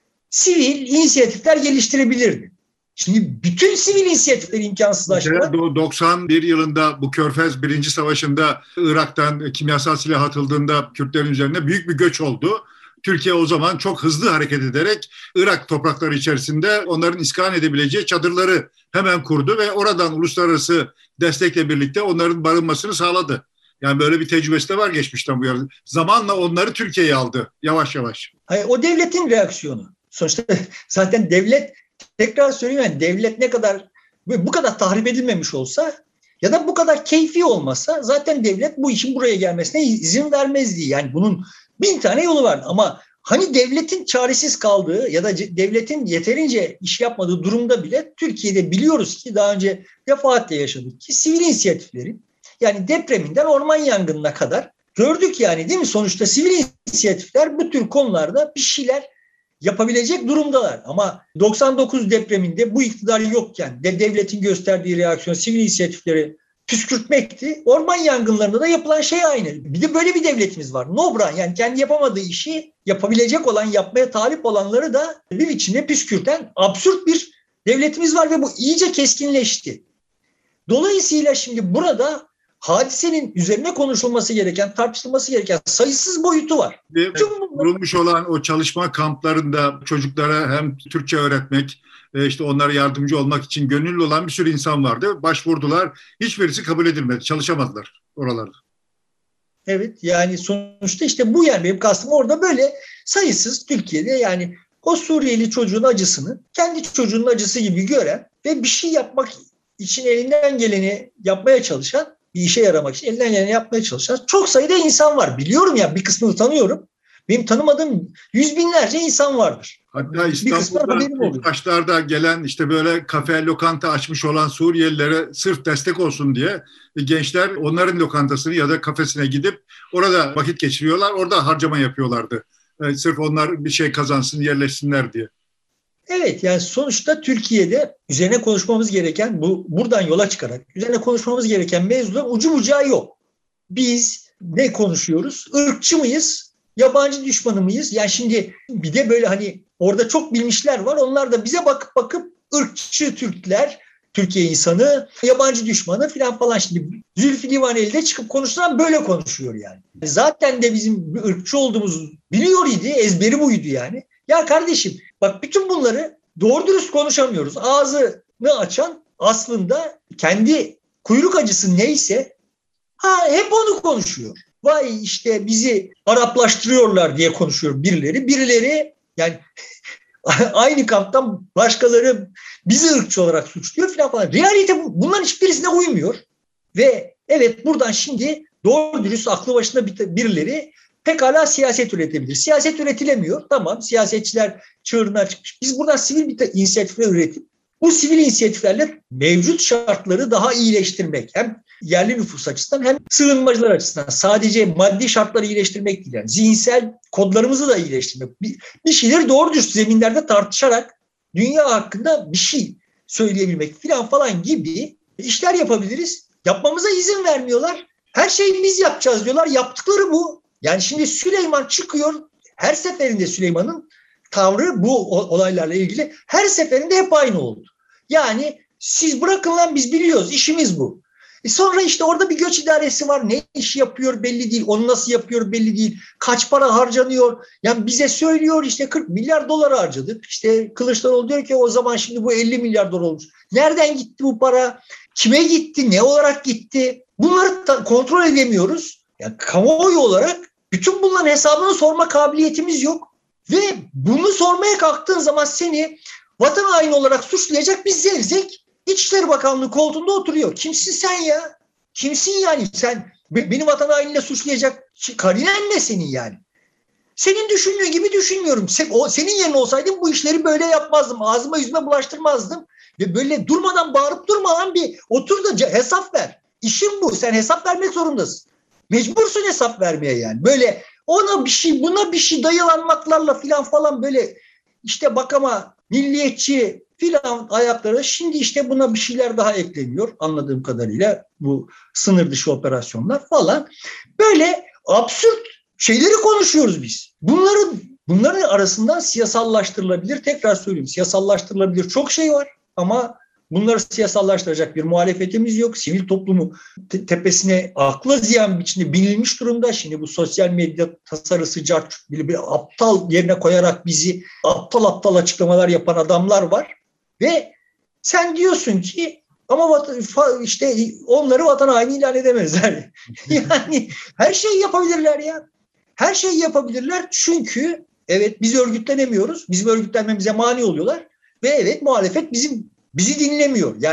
sivil inisiyatifler geliştirebilirdi. Şimdi bütün sivil inisiyatifleri imkansızlaştı. doksan bir yılında bu Körfez birinci Savaşı'nda Irak'tan kimyasal silah atıldığında Kürtlerin üzerine büyük bir göç oldu. Türkiye o zaman çok hızlı hareket ederek Irak toprakları içerisinde onların iskan edebileceği çadırları hemen kurdu ve oradan uluslararası destekle birlikte onların barınmasını sağladı. Yani böyle bir tecrübesi de var geçmişten bu yana. Zamanla onları Türkiye'ye aldı yavaş yavaş. Hayır, o devletin reaksiyonu. Sonuçta zaten devlet, tekrar söyleyeyim yani devlet ne kadar bu kadar tahrip edilmemiş olsa ya da bu kadar keyfi olmasa zaten devlet bu işin buraya gelmesine izin vermezdi. Yani bunun bin tane yolu var ama hani devletin çaresiz kaldığı ya da devletin yeterince iş yapmadığı durumda bile Türkiye'de biliyoruz ki daha önce defaatle yaşadık ki sivil inisiyatiflerin, yani depreminden orman yangınına kadar gördük yani, değil mi? Sonuçta sivil inisiyatifler bu tür konularda bir şeyler yapabilecek durumdalar. Ama doksan dokuz depreminde bu iktidar yokken de devletin gösterdiği reaksiyon sivil inisiyatifleri püskürtmekti. Orman yangınlarında da yapılan şey aynı. Bir de böyle bir devletimiz var. Nobran, yani kendi yapamadığı işi yapabilecek olan, yapmaya talip olanları da bir içine püskürten absürt bir devletimiz var ve bu iyice keskinleşti. Dolayısıyla şimdi burada hadisenin üzerine konuşulması gereken, tartışılması gereken sayısız boyutu var. Kurulmuş olan o çalışma kamplarında çocuklara hem Türkçe öğretmek, işte onlara yardımcı olmak için gönüllü olan bir sürü insan vardı. Başvurdular. Hiçbirisi kabul edilmedi. Çalışamadılar oralarda. Evet, yani sonuçta işte bu, yani benim kastım orada böyle sayısız Türkiye'de, yani o Suriyeli çocuğun acısını kendi çocuğunun acısı gibi gören ve bir şey yapmak için elinden geleni yapmaya çalışan, bir işe yaramak için elinden geleni yapmaya çalışan çok sayıda insan var. Biliyorum ya, bir kısmını tanıyorum. Benim tanımadığım yüz binlerce insan vardır. Hatta İstanbul'da ilk başlarda gelen işte böyle kafe, lokanta açmış olan Suriyelilere sırf destek olsun diye gençler onların lokantasını ya da kafesine gidip orada vakit geçiriyorlar. Orada harcama yapıyorlardı. Yani sırf onlar bir şey kazansın, yerleşsinler diye. Evet, yani sonuçta Türkiye'de üzerine konuşmamız gereken, bu buradan yola çıkarak üzerine konuşmamız gereken mevzular ucu bucağı yok. Biz ne konuşuyoruz? Irkçı mıyız? Yabancı düşmanı mıyız? Yani şimdi bir de böyle hani orada çok bilmişler var. Onlar da bize bakıp bakıp ırkçı Türkler, Türkiye insanı, yabancı düşmanı falan falan. Şimdi Zülfü Livaneli'de çıkıp konuşulan böyle konuşuyor yani. Zaten de bizim ırkçı olduğumuzu biliyor idi. Ezberi buydu yani. Ya kardeşim bak, bütün bunları doğru dürüst konuşamıyoruz. Ağzını açan aslında kendi kuyruk acısı neyse ha, hep onu konuşuyor. Vay işte bizi Araplaştırıyorlar diye konuşuyor birileri. Birileri yani aynı kamptan başkaları bizi ırkçı olarak suçluyor falan falan. Realite bu. Bunların hiçbirisine uymuyor. Ve evet, buradan şimdi doğru dürüst aklı başında birileri pekala siyaset üretebilir. Siyaset üretilemiyor. Tamam, siyasetçiler çığırına çıkmış. Biz buradan sivil bir inisiyatifle üretip bu sivil inisiyatiflerle mevcut şartları daha iyileştirmek, hem yerli nüfus açısından hem sığınmacılar açısından, sadece maddi şartları iyileştirmek değil, yani zihinsel kodlarımızı da iyileştirmek. Bir, bir şeyleri doğru dürüst zeminlerde tartışarak dünya hakkında bir şey söyleyebilmek falan falan gibi işler yapabiliriz. Yapmamıza izin vermiyorlar. Her şeyi biz yapacağız diyorlar. Yaptıkları bu. Yani şimdi Süleyman çıkıyor. Her seferinde Süleyman'ın tavrı bu olaylarla ilgili her seferinde hep aynı oldu. Yani siz bırakın lan, biz biliyoruz, işimiz bu. E sonra işte orada bir göç idaresi var. Ne iş yapıyor belli değil. Onu nasıl yapıyor belli değil. Kaç para harcanıyor. Yani bize söylüyor işte kırk milyar dolar harcadık. İşte Kılıçdaroğlu diyor ki o zaman şimdi bu elli milyar dolar olmuş. Nereden gitti bu para? Kime gitti? Ne olarak gitti? Bunları kontrol edemiyoruz. Yani kamuoyu olarak bütün bunların hesabını sorma kabiliyetimiz yok. Ve bunu sormaya kalktığın zaman seni vatan haini olarak suçlayacak bir zevzek İçişleri Bakanlığı koltuğunda oturuyor. Kimsin sen ya? Kimsin yani? Sen beni vatan hainiyle suçlayacak karinen ne senin yani? Senin düşündüğün gibi düşünmüyorum. Sen, o, senin yerine olsaydım bu işleri böyle yapmazdım. Ağzıma yüzüme bulaştırmazdım. Ve böyle durmadan bağırıp durmadan bir otur da hesap ver. İşin bu. Sen hesap vermek zorundasın. Mecbursun hesap vermeye yani. Böyle ona bir şey, buna bir şey dayılanmaklarla filan falan böyle işte bak ama milliyetçi filan ayakları, şimdi işte buna bir şeyler daha ekleniyor anladığım kadarıyla, bu sınır dışı operasyonlar falan. Böyle absürt şeyleri konuşuyoruz biz. Bunların bunların arasından siyasallaştırılabilir, tekrar söyleyeyim, siyasallaştırılabilir çok şey var ama bunları siyasallaştıracak bir muhalefetimiz yok. Sivil toplumu te- tepesine akla ziyan biçimde binilmiş durumda. Şimdi bu sosyal medya tasarısı, bir, bir aptal yerine koyarak bizi aptal aptal açıklamalar yapan adamlar var. Ve sen diyorsun ki ama vatan, işte onları vatan haini ilan edemezler. Yani her şeyi yapabilirler ya. Her şeyi yapabilirler çünkü evet, biz örgütlenemiyoruz. Bizim örgütlenmemize mani oluyorlar. Ve evet, muhalefet bizim bizi dinlemiyor. Yani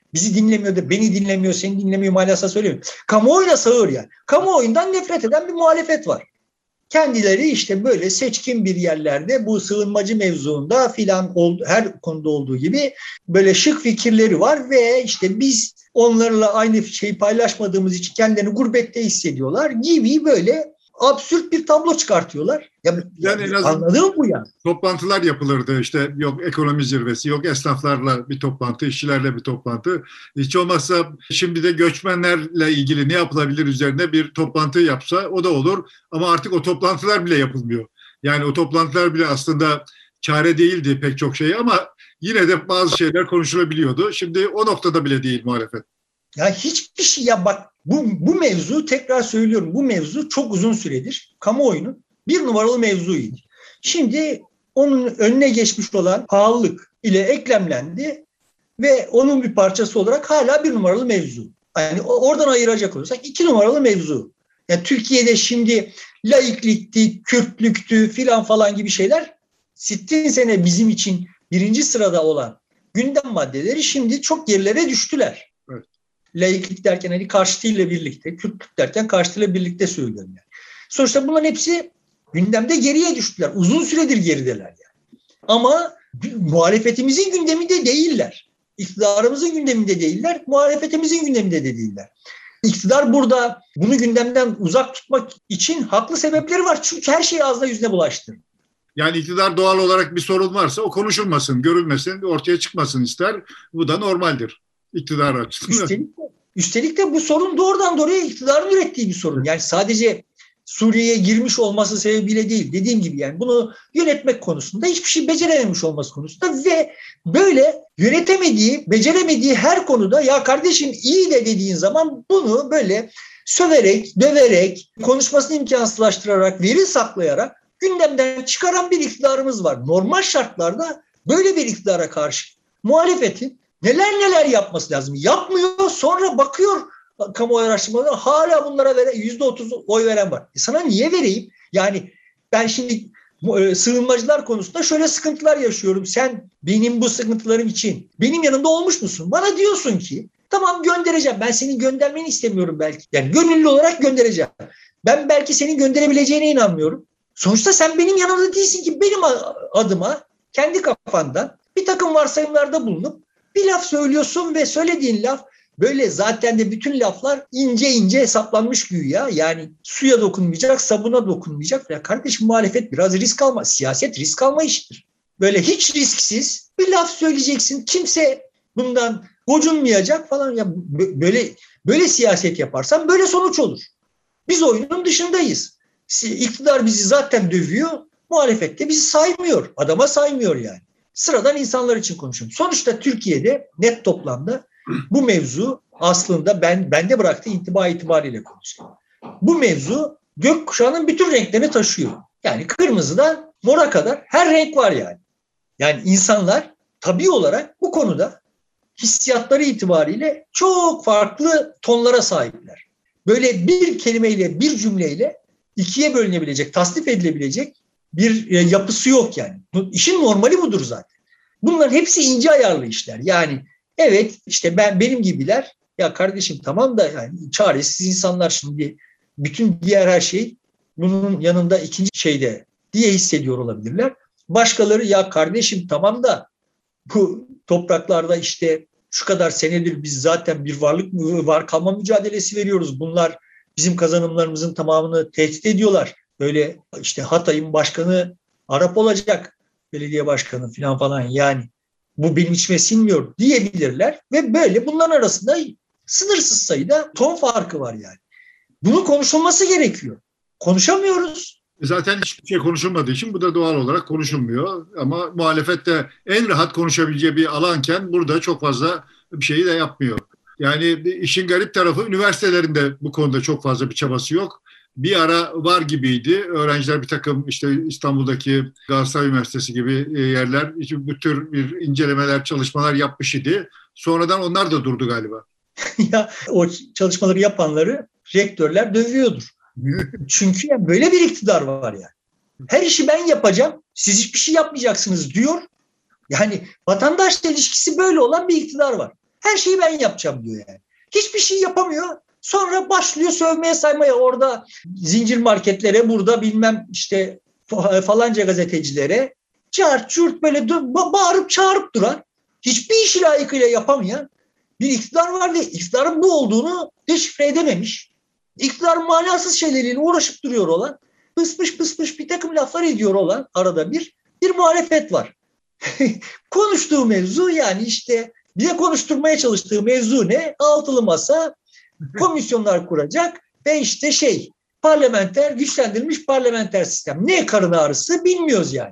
Bizi dinlemiyor da beni dinlemiyor, seni dinlemiyor manasında söylemiyorum. Kamuoyuna sağır yani. Kamuoyundan nefret eden bir muhalefet var. Kendileri işte böyle seçkin bir yerlerde bu sığınmacı mevzuunda filan her konuda olduğu gibi böyle şık fikirleri var ve işte biz onlarla aynı şeyi paylaşmadığımız için kendilerini gurbette hissediyorlar gibi böyle absürt bir tablo çıkartıyorlar. Ya, yani yani anladığım bu ya. Toplantılar yapılırdı işte, yok ekonomi zirvesi, yok esnaflarla bir toplantı, işçilerle bir toplantı. Hiç olmazsa şimdi de göçmenlerle ilgili ne yapılabilir üzerine bir toplantı yapsa o da olur. Ama artık o toplantılar bile yapılmıyor. Yani o toplantılar bile aslında çare değildi pek çok şey ama yine de bazı şeyler konuşulabiliyordu. Şimdi o noktada bile değil muhalefet. Ya hiçbir şey ya bak bu, bu mevzu tekrar söylüyorum bu mevzu çok uzun süredir kamuoyunun bir numaralı mevzuydu. Şimdi onun önüne geçmiş olan pahalılık ile eklemlendi ve onun bir parçası olarak hala bir numaralı mevzu. Yani oradan ayıracak olursak iki numaralı mevzu. Yani Türkiye'de şimdi laiklikti, Kürtlüktü filan falan gibi şeyler sittin sene bizim için birinci sırada olan gündem maddeleri şimdi çok gerilere düştüler. Evet. Laiklik derken hani karşıtıyla birlikte, Kürtlük derken karşıtıyla birlikte söylüyorum yani. Sonuçta bunların hepsi gündemde geriye düştüler. Uzun süredir gerideler yani. Ama muhalefetimizin gündeminde değiller. İktidarımızın gündeminde değiller. Muhalefetimizin gündeminde de değiller. İktidar burada bunu gündemden uzak tutmak için haklı sebepleri var. Çünkü her şeyi ağzına yüzüne bulaştırır. Yani iktidar doğal olarak bir sorun varsa o konuşulmasın, görülmesin, ortaya çıkmasın ister. Bu da normaldir iktidar açısından. Üstelik de, üstelik de bu sorun doğrudan doğruya iktidarın ürettiği bir sorun. Yani sadece Suriye'ye girmiş olması sebebiyle değil. Dediğim gibi yani bunu yönetmek konusunda hiçbir şey becerememiş olması konusunda ve böyle yönetemediği, beceremediği her konuda ya kardeşim iyi de dediğin zaman bunu böyle söverek, döverek, konuşmasını imkansızlaştırarak, veri saklayarak gündemden çıkaran bir iktidarımız var. Normal şartlarda böyle bir iktidara karşı muhalefetin neler neler yapması lazım. Yapmıyor, sonra bakıyor kamuoyu araştırmaları hala bunlara veren, yüzde otuz oy veren var. E sana niye vereyim? Yani ben şimdi e, sığınmacılar konusunda şöyle sıkıntılar yaşıyorum. Sen benim bu sıkıntılarım için benim yanımda olmuş musun? Bana diyorsun ki tamam göndereceğim. Ben senin göndermeni istemiyorum belki. Yani gönüllü olarak göndereceğim. Ben belki senin gönderebileceğine inanmıyorum. Sonuçta sen benim yanımda değilsin ki benim adıma kendi kafandan bir takım varsayımlarda bulunup bir laf söylüyorsun ve söylediğin laf böyle zaten de bütün laflar ince ince hesaplanmış güya. Yani suya dokunmayacak, sabuna dokunmayacak. Ya kardeşim muhalefet biraz risk alma. Siyaset risk alma işidir. Böyle hiç risksiz bir laf söyleyeceksin. Kimse bundan gocunmayacak falan. Ya böyle böyle siyaset yaparsan böyle sonuç olur. Biz oyunun dışındayız. İktidar bizi zaten dövüyor. Muhalefet de bizi saymıyor. Adama saymıyor yani. Sıradan insanlar için konuşuyorum. Sonuçta Türkiye'de net toplamda bu mevzu aslında ben bende bıraktığı intiba itibariyle konuşuyorum. Bu mevzu gökkuşağının bütün renklerini taşıyor. Yani kırmızıdan mora kadar her renk var yani. Yani insanlar tabii olarak bu konuda hissiyatları itibariyle çok farklı tonlara sahipler. Böyle bir kelimeyle, bir cümleyle ikiye bölünebilecek, tasnif edilebilecek bir yapısı yok yani. İşin normali budur zaten. Bunların hepsi ince ayarlı işler. Yani evet işte ben benim gibiler ya kardeşim tamam da yani çaresiz insanlar şimdi bütün diğer her şey bunun yanında ikinci şeyde diye hissediyor olabilirler. Başkaları ya kardeşim tamam da bu topraklarda işte şu kadar senedir biz zaten bir varlık var kalma mücadelesi veriyoruz. Bunlar bizim kazanımlarımızın tamamını tehdit ediyorlar. Böyle işte Hatay'ın başkanı Arap olacak, belediye başkanı falan falan yani bu benim içime sinmiyor diyebilirler ve böyle bunların arasında sınırsız sayıda ton farkı var yani. Bunun konuşulması gerekiyor. Konuşamıyoruz. Zaten hiçbir şey konuşulmadığı için bu da doğal olarak konuşulmuyor. Ama muhalefet de en rahat konuşabileceği bir alanken burada çok fazla bir şeyi de yapmıyor. Yani işin garip tarafı üniversitelerinde bu konuda çok fazla bir çabası yok. Bir ara var gibiydi. Öğrenciler bir takım işte İstanbul'daki Galatasaray Üniversitesi gibi yerler bu tür bir incelemeler, çalışmalar yapmış idi. Sonradan onlar da durdu galiba. Ya o çalışmaları yapanları rektörler dövüyordur. Çünkü yani böyle bir iktidar var yani. Her işi ben yapacağım, siz hiçbir şey yapmayacaksınız diyor. Yani vatandaşla ilişkisi böyle olan bir iktidar var. Her şeyi ben yapacağım diyor yani. Hiçbir şey yapamıyor. Sonra başlıyor sövmeye saymaya orada zincir marketlere, burada bilmem işte falanca gazetecilere çağırt çurt böyle bağırıp çağırıp duran, hiçbir işi layıkıyla yapamayan bir iktidar var ve iktidarın bu olduğunu deşifre edememiş. İktidar manasız şeyleriyle uğraşıp duruyor olan, pısmış pısmış bir takım laflar ediyor olan arada bir bir muhalefet var. Konuştuğu mevzu yani işte bize konuşturmaya çalıştığı mevzu ne? Altılı masa, komisyonlar kuracak ve işte şey parlamenter, güçlendirilmiş parlamenter sistem. Ne karın ağrısı bilmiyoruz yani.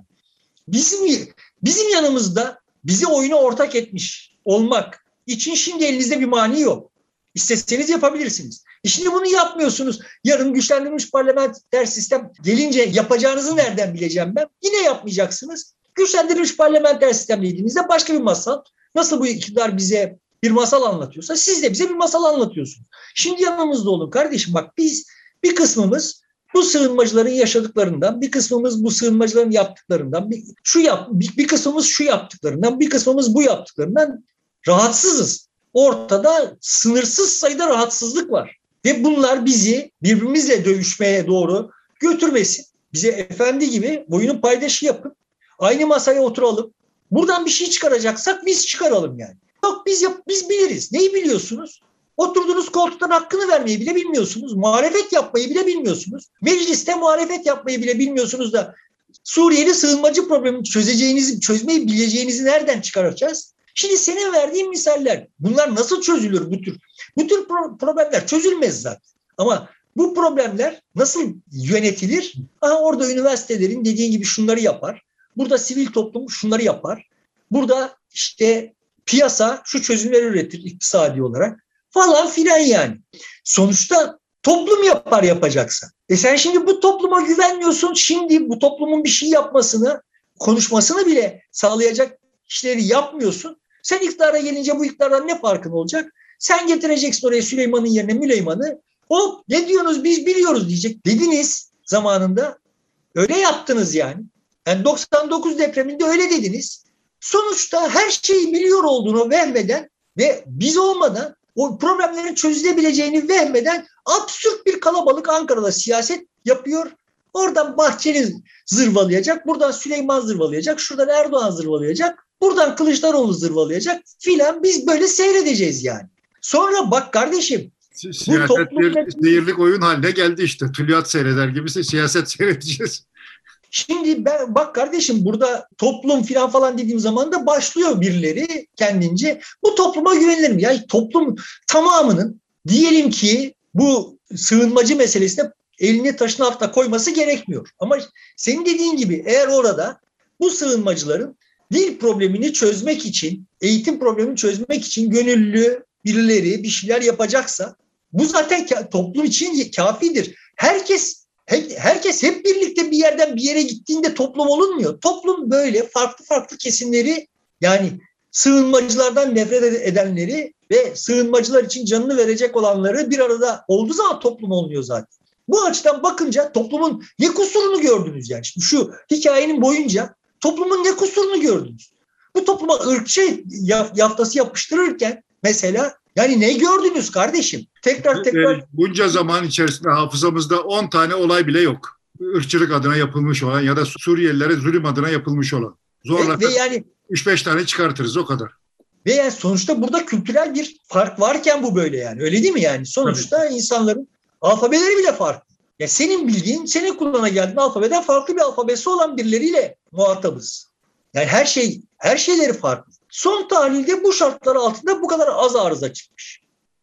Bizim bizim yanımızda bizi oyuna ortak etmiş olmak için şimdi elinizde bir mani yok. İsteseniz yapabilirsiniz. E şimdi bunu yapmıyorsunuz. Yarın güçlendirilmiş parlamenter sistem gelince yapacağınızı nereden bileceğim ben? Yine yapmayacaksınız. Güçlendirilmiş parlamenter sistem dediğinizde başka bir masal. Nasıl bu iktidar bize bir masal anlatıyorsa siz de bize bir masal anlatıyorsunuz. Şimdi yanımızda olun kardeşim. Bak biz bir kısmımız bu sığınmacıların yaşadıklarından, bir kısmımız bu sığınmacıların yaptıklarından, bir, şu yap, bir, bir kısmımız şu yaptıklarından, bir kısmımız bu yaptıklarından rahatsızız. Ortada sınırsız sayıda rahatsızlık var. Ve bunlar bizi birbirimizle dövüşmeye doğru götürmesin. Bize efendi gibi boyunun paydaşı yapın. Aynı masaya oturalım. Buradan bir şey çıkaracaksak biz çıkaralım yani. Yok biz yap, biz biliriz. Neyi biliyorsunuz? Oturduğunuz koltuktan hakkını vermeyi bile bilmiyorsunuz. Muhalefet yapmayı bile bilmiyorsunuz. Mecliste muhalefet yapmayı bile bilmiyorsunuz da Suriyeli sığınmacı problemini çözeceğinizi, çözmeyi bileceğinizi nereden çıkaracağız? Şimdi senin verdiğin misaller, bunlar nasıl çözülür bu tür? Bu tür problemler çözülmez zaten. Ama bu problemler nasıl yönetilir? Aha orada üniversitelerin dediğin gibi şunları yapar. Burada sivil toplum şunları yapar. Burada işte piyasa şu çözümleri üretir iktisadi olarak falan filan yani. Sonuçta toplum yapar yapacaksa. E sen şimdi bu topluma güvenmiyorsun. Şimdi bu toplumun bir şey yapmasını, konuşmasını bile sağlayacak işleri yapmıyorsun. Sen iktidara gelince bu iktidardan ne farkın olacak? Sen getireceksin oraya Süleyman'ın yerine Müleyman'ı. Hop ne diyorsunuz biz biliyoruz diyecek. Dediniz zamanında. Öyle yaptınız yani. Yani doksan dokuz depreminde öyle dediniz. Sonuçta her şeyi biliyor olduğunu vehmeden ve biz olmadan o problemlerin çözülebileceğini vehmeden absürt bir kalabalık Ankara'da siyaset yapıyor. Oradan Bahçeli zırvalayacak, buradan Süleyman zırvalayacak, şuradan Erdoğan zırvalayacak, buradan Kılıçdaroğlu zırvalayacak filan, biz böyle seyredeceğiz yani. Sonra bak kardeşim. Siyaset bir seyirlik oyun haline geldi işte. Tülyat seyreder gibi siyaset seyredeceğiz. Şimdi ben bak kardeşim burada toplum filan falan dediğim zaman da başlıyor birileri kendince. Bu topluma güvenilir mi? Yani toplum tamamının diyelim ki bu sığınmacı meselesine elini taşın altına koyması gerekmiyor. Ama senin dediğin gibi eğer orada bu sığınmacıların dil problemini çözmek için, eğitim problemini çözmek için gönüllü birileri bir şeyler yapacaksa bu zaten toplum için kafidir. Herkes Herkes hep birlikte bir yerden bir yere gittiğinde toplum olunmuyor. Toplum böyle farklı farklı kesimleri, yani sığınmacılardan nefret edenleri ve sığınmacılar için canını verecek olanları bir arada olduğu zaman toplum oluyor zaten. Bu açıdan bakınca toplumun ne kusurunu gördünüz yani. Şimdi şu hikayenin boyunca toplumun ne kusurunu gördünüz. Bu topluma ırkçı yaftası yapıştırırken mesela yani ne gördünüz kardeşim? Tekrar tekrar. Bunca zaman içerisinde hafızamızda on tane olay bile yok. Irkçılık adına yapılmış olan ya da Suriyelilere zulüm adına yapılmış olan. Zorla ve, ve yani üç beş tane çıkartırız o kadar. Ve yani sonuçta burada kültürel bir fark varken bu böyle yani. Öyle değil mi yani? Sonuçta tabii insanların alfabeleri bile farklı. Ya senin bildiğin, senin kulağına geldiğin alfabeden farklı bir alfabesi olan birileriyle muhatabız. Yani her şey, her şeyleri farklı. Son tahlilde bu şartlar altında bu kadar az arıza çıkmış.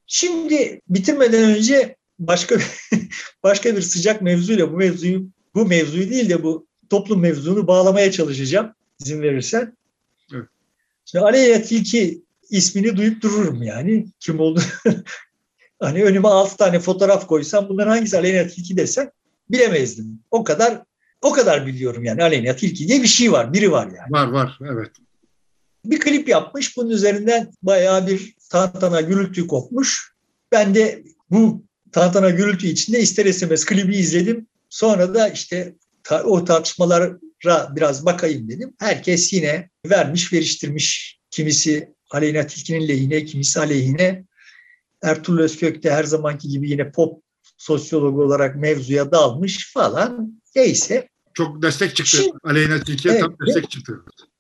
Şimdi bitirmeden önce başka bir, başka bir sıcak mevzuyla bu mevzuyu bu mevzuyu değil de bu toplum mevzunu bağlamaya çalışacağım izin verirsen. Evet. Şimdi Aleyna Tilki ismini duyup dururum yani. Kim oldu? Hani önüme altı tane fotoğraf koysam bunların hangisi Aleyna Tilki desem bilemezdim. O kadar o kadar biliyorum yani. Aleyna Tilki diye bir şey var, biri var yani. Var var evet. Bir klip yapmış. Bunun üzerinden bayağı bir tantana gürültü kopmuş. Ben de bu tantana gürültü içinde ister istemez klibi izledim. Sonra da işte o tartışmalara biraz bakayım dedim. Herkes yine vermiş veriştirmiş. Kimisi Aleyna Tilki'nin lehine, kimisi aleyhine. Ertuğrul Özkök de her zamanki gibi yine pop sosyologu olarak mevzuya dalmış falan. Neyse. Çok destek çıktı. Şimdi, Aleyna Tilki'ye evet, tam destek çıktı.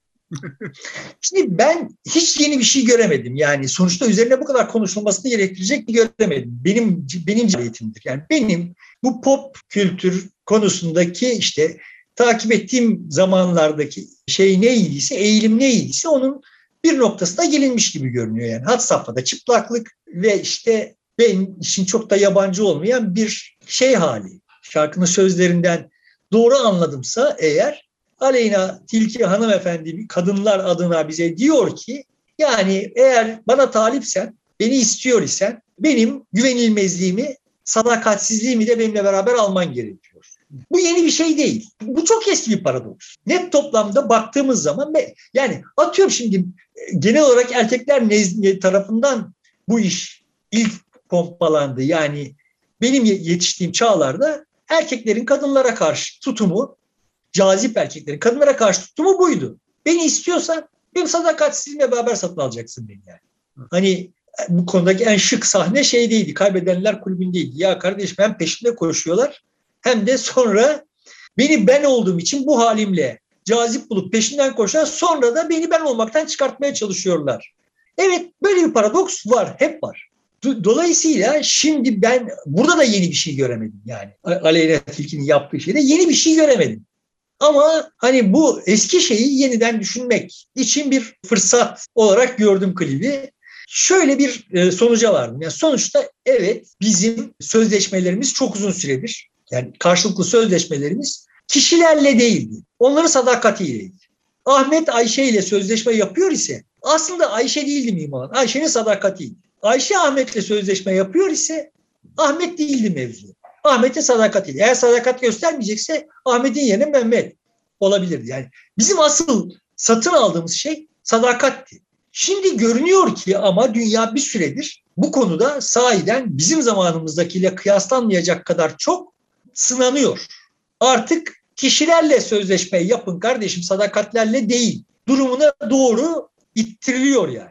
Şimdi ben hiç yeni bir şey göremedim. Yani sonuçta üzerine bu kadar konuşulmasını gerektirecek bir göremedim. Benim benim cihetimdir. Yani benim bu pop kültür konusundaki işte takip ettiğim zamanlardaki şey neydiyse, eğilim neydiyse onun bir noktasına gelinmiş gibi görünüyor. Yani had safhada çıplaklık ve işte benim için çok da yabancı olmayan bir şey hali. Şarkının sözlerinden doğru anladımsa eğer, Aleyna Tilki hanımefendi kadınlar adına bize diyor ki, yani eğer bana talipsen, beni istiyor isen benim güvenilmezliğimi, sadakatsizliğimi de benimle beraber alman gerekiyor. Bu yeni bir şey değil. Bu çok eski bir paradoks. Net toplamda baktığımız zaman, yani atıyorum şimdi genel olarak erkekler nezdi tarafından bu iş ilk pompalandı. Yani benim yetiştiğim çağlarda erkeklerin kadınlara karşı tutumu, cazip erkeklerin kadınlara karşı tutumu buydu. Beni istiyorsan benim sadakatsizliğimle beraber satın alacaksın beni yani. Hani bu konudaki en şık sahne şeydeydi. Kaybedenler kulübündeydi. Ya kardeşim, hem peşimde koşuyorlar hem de sonra beni ben olduğum için bu halimle cazip bulup peşinden koşuyorlar. Sonra da beni ben olmaktan çıkartmaya çalışıyorlar. Evet, böyle bir paradoks var. Hep var. Dolayısıyla şimdi ben burada da yeni bir şey göremedim yani. Aleyna Tilki'nin yaptığı şeyde yeni bir şey göremedim. Ama hani bu eski şeyi yeniden düşünmek için bir fırsat olarak gördüm klibi. Şöyle bir sonuca vardım. Yani sonuçta evet, bizim sözleşmelerimiz çok uzun süredir, yani karşılıklı sözleşmelerimiz kişilerle değildi. Onların sadakatiyleydi. Ahmet Ayşe ile sözleşme yapıyor ise aslında Ayşe değildi mühim olan. Ayşe'nin sadakatiydi. Ayşe Ahmet'le sözleşme yapıyor ise Ahmet değildi mevzu. Ahmet'in sadakatiydi. Eğer sadakat göstermeyecekse Ahmet'in yerine Mehmet olabilirdi. Yani bizim asıl satın aldığımız şey sadakatti. Şimdi görünüyor ki ama dünya bir süredir bu konuda sahiden bizim zamanımızdakiyle kıyaslanmayacak kadar çok sınanıyor. Artık kişilerle sözleşme yapın kardeşim, sadakatlerle değil durumuna doğru ittiriliyor yani.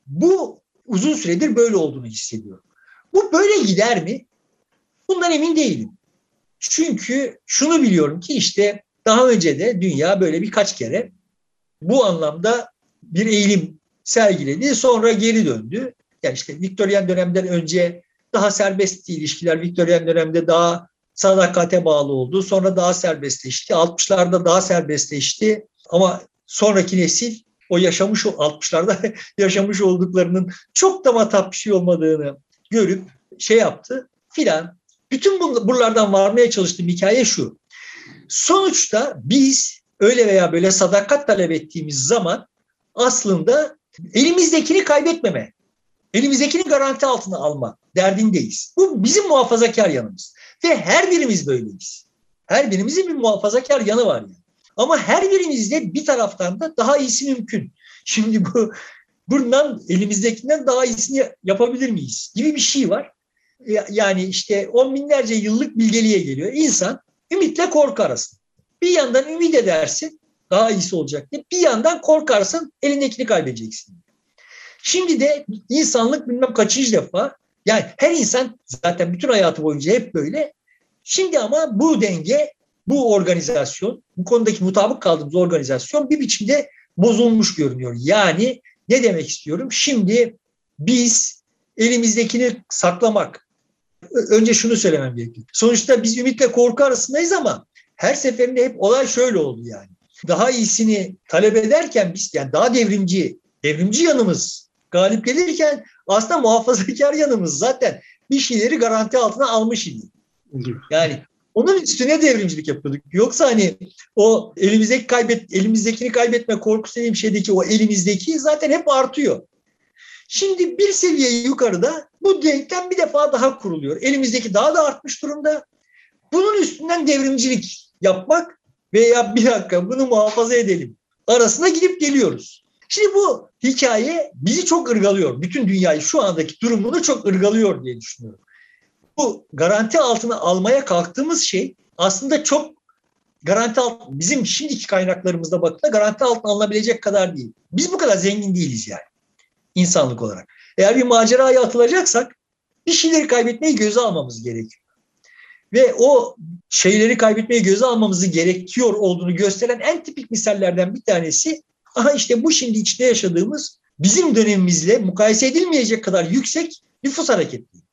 Bu uzun süredir böyle olduğunu hissediyorum. Bu böyle gider mi? Bundan emin değilim. Çünkü şunu biliyorum ki işte daha önce de dünya böyle birkaç kere bu anlamda bir eğilim sergiledi, sonra geri döndü. Yani işte Viktoryen dönemden önce daha serbestti ilişkiler, Viktoryen dönemde daha sadakate bağlı oldu, sonra daha serbestleşti, altmışlarda daha serbestleşti ama sonraki nesil o yaşamış, altmışlarda yaşamış olduklarının çok da matap bir şey olmadığını görüp şey yaptı filan. Bütün buralardan varmaya çalıştığım hikaye şu. Sonuçta biz öyle veya böyle sadakat talep ettiğimiz zaman aslında elimizdekini kaybetmeme, elimizdekini garanti altına alma derdindeyiz. Bu bizim muhafazakar yanımız. Ve her birimiz böyleyiz. Her birimizin bir muhafazakar yanı var yani. Ama her birimizde bir taraftan da daha iyisi mümkün. Şimdi bu bundan, elimizdekinden daha iyisini yapabilir miyiz gibi bir şey var. Yani işte on binlerce yıllık bilgeliğe geliyor. İnsan ümitle korku arasında. Bir yandan ümit edersin daha iyisi olacak diye, bir yandan korkarsın elindekini kaybedeceksin. Şimdi de insanlık bilmem kaçıncı defa, yani her insan zaten bütün hayatı boyunca hep böyle. Şimdi ama bu denge, bu organizasyon, bu konudaki mutabık kaldığımız organizasyon bir biçimde bozulmuş görünüyor. Yani ne demek istiyorum? Şimdi biz elimizdekini saklamak, önce şunu söylemem gerekiyor. Sonuçta biz ümitle korku arasındayız ama her seferinde hep olay şöyle oldu yani. Daha iyisini talep ederken biz, yani daha devrimci, devrimci yanımız galip gelirken aslında muhafazakar yanımız zaten bir şeyleri garanti altına almış idi. Yani onun üstüne devrimcilik yapıyorduk. Yoksa hani o elimizdeki kaybet, elimizdekini kaybetme korkusu dediğim şeydeki o elimizdeki zaten hep artıyor. Şimdi bir seviye yukarıda bu denklem bir defa daha kuruluyor. Elimizdeki daha da artmış durumda. Bunun üstünden devrimcilik yapmak veya bir dakika bunu muhafaza edelim arasına gidip geliyoruz. Şimdi bu hikaye bizi çok ırgalıyor. Bütün dünyayı şu andaki durumunu çok ırgalıyor diye düşünüyorum. Bu garanti altına almaya kalktığımız şey aslında çok garanti altına, bizim şimdiki kaynaklarımızda bakıldığında garanti altına alınabilecek kadar değil. Biz bu kadar zengin değiliz yani. insanlık olarak. Eğer bir maceraya atılacaksak bir şeyleri kaybetmeyi göze almamız gerekiyor. Ve o şeyleri kaybetmeyi göze almamızı gerekiyor olduğunu gösteren en tipik misallerden bir tanesi, aha işte bu şimdi içte yaşadığımız bizim dönemimizle mukayese edilmeyecek kadar yüksek nüfus hareketleri.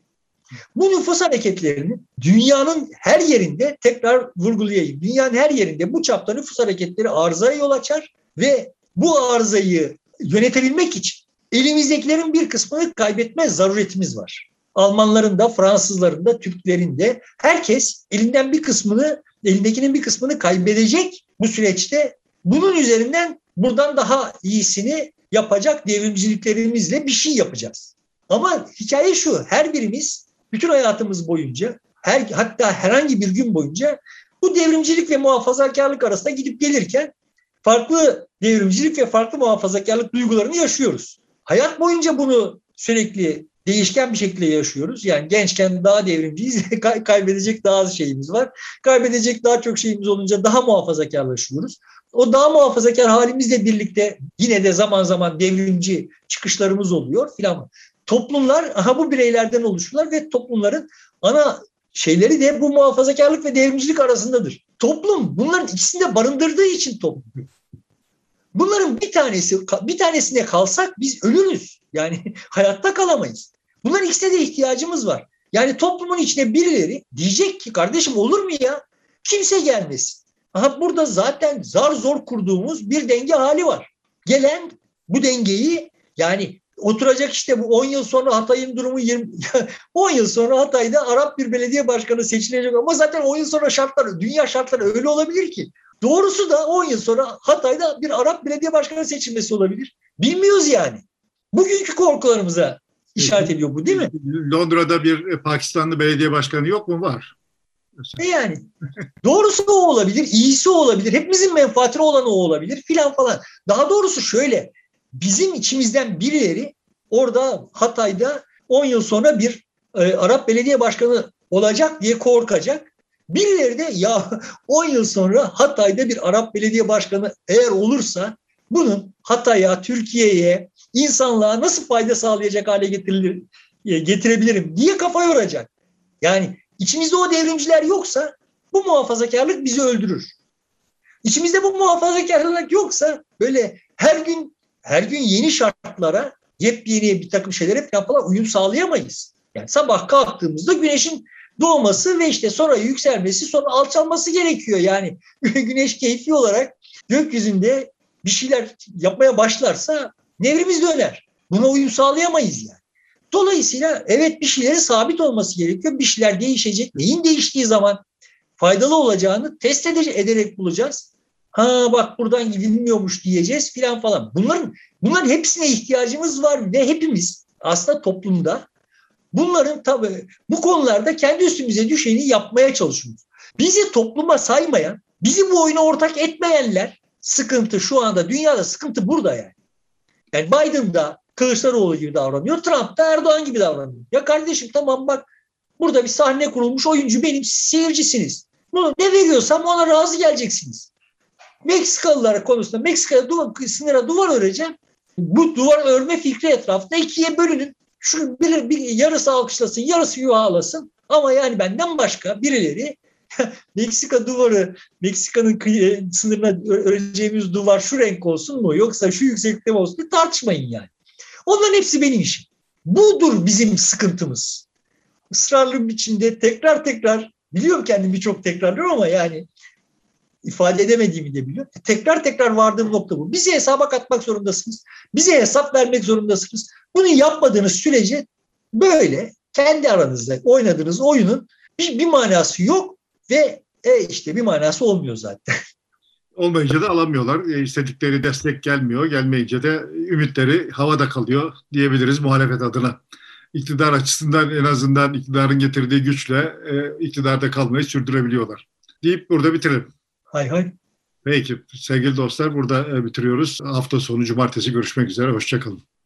Bu nüfus hareketlerini dünyanın her yerinde, tekrar vurgulayayım, dünyanın her yerinde bu çapta nüfus hareketleri arızaya yol açar ve bu arızayı yönetebilmek için elimizdekilerin bir kısmını kaybetme zaruretimiz var. Almanların da, Fransızların da, Türklerin de, herkes elinden bir kısmını, elindekinin bir kısmını kaybedecek bu süreçte. Bunun üzerinden buradan daha iyisini yapacak devrimciliklerimizle bir şey yapacağız. Ama hikaye şu, her birimiz bütün hayatımız boyunca, her, hatta herhangi bir gün boyunca bu devrimcilik ve muhafazakarlık arasında gidip gelirken farklı devrimcilik ve farklı muhafazakarlık duygularını yaşıyoruz. Hayat boyunca bunu sürekli değişken bir şekilde yaşıyoruz. Yani gençken daha devrimciyiz, kaybedecek daha az şeyimiz var. Kaybedecek daha çok şeyimiz olunca daha muhafazakarlaşıyoruz. O daha muhafazakar halimizle birlikte yine de zaman zaman devrimci çıkışlarımız oluyor filan. Toplumlar aha bu bireylerden oluşurlar ve toplumların ana şeyleri de bu muhafazakarlık ve devrimcilik arasındadır. Toplum bunların ikisini de barındırdığı için toplum. Bunların bir tanesi bir tanesine kalsak biz ölürüz. Yani hayatta kalamayız. Bunların ikisine de ihtiyacımız var. Yani toplumun içine birileri diyecek ki kardeşim olur mu ya? Kimse gelmesin. Aha burada zaten zar zor kurduğumuz bir denge hali var. Gelen bu dengeyi yani oturacak işte bu on yıl sonra Hatay'ın durumu yirmi on yıl sonra Hatay'da Arap bir belediye başkanı seçilecek ama zaten on yıl sonra şartlar, dünya şartları öyle olabilir ki. Doğrusu da on yıl sonra Hatay'da bir Arap belediye başkanı seçilmesi olabilir. Bilmiyoruz yani. Bugünkü korkularımıza işaret ediyor bu değil mi? Londra'da bir Pakistanlı belediye başkanı yok mu? Var. E yani doğrusu o olabilir, iyisi o olabilir, hepimizin menfaatine olan o olabilir filan falan. Daha doğrusu şöyle, bizim içimizden birileri orada Hatay'da on yıl sonra bir e, Arap belediye başkanı olacak diye korkacak. Birileri de ya on yıl sonra Hatay'da bir Arap belediye başkanı eğer olursa bunun Hatay'a, Türkiye'ye, insanlığa nasıl fayda sağlayacak hale getirilir, getirebilirim diye kafa yoracak. Yani İçimizde o devrimciler yoksa bu muhafazakarlık bizi öldürür. İçimizde bu muhafazakarlık yoksa böyle her gün her gün yeni şartlara, yepyeni bir takım şeylere falan uyum sağlayamayız. Yani sabah kalktığımızda güneşin doğması ve işte sonra yükselmesi, sonra alçalması gerekiyor. Yani güneş keyfi olarak gökyüzünde bir şeyler yapmaya başlarsa nevrimiz döner. Buna uyum sağlayamayız yani. Dolayısıyla evet bir şeylerin sabit olması gerekiyor. Bir şeyler değişecek. Neyin değiştiği zaman faydalı olacağını test ederek bulacağız. Ha bak buradan gidilmiyormuş diyeceğiz filan falan. Bunların bunların hepsine ihtiyacımız var ve hepimiz aslında toplumda bunların tabii bu konularda kendi üstümüze düşeni yapmaya çalışıyoruz. Bizi topluma saymayan, bizi bu oyuna ortak etmeyenler sıkıntı şu anda dünyada sıkıntı burada yani. Yani Biden'da Kılıçdaroğlu gibi davranıyor. Trump da Erdoğan gibi davranıyor. Ya kardeşim tamam bak burada bir sahne kurulmuş oyuncu benim seyircisiniz. Bunu ne veriyorsam ona razı geleceksiniz. Meksikalılar konusunda Meksika'da duvar, sınıra duvar öreceğim. Bu duvar örme fikri etrafında ikiye bölünün. Şu bir, bir yarısı alkışlasın, yarısı yuhalasın. Ama yani benden başka birileri Meksika duvarı, Meksika'nın kıyı, sınırına öreceğimiz duvar şu renk olsun mu yoksa şu yükseklikte mi olsun diye tartışmayın yani. Onların hepsi benim işim. Budur bizim sıkıntımız. Israrlı biçimde tekrar tekrar, biliyorum kendimi çok tekrarlıyorum ama yani ifade edemediğimi de biliyorum. Tekrar tekrar vardığım nokta bu. Bizi hesaba katmak zorundasınız. Bize hesap vermek zorundasınız. Bunu yapmadığınız sürece böyle kendi aranızda oynadığınız oyunun bir, bir manası yok ve e işte bir manası olmuyor zaten. Olmayınca da alamıyorlar. E, istedikleri destek gelmiyor. Gelmeyince de ümitleri havada kalıyor diyebiliriz muhalefet adına. İktidar açısından en azından iktidarın getirdiği güçle e, iktidarda kalmayı sürdürebiliyorlar. Deyip burada bitirelim. Hay hay. Peki sevgili dostlar burada bitiriyoruz. Hafta sonu cumartesi görüşmek üzere. Hoşça kalın.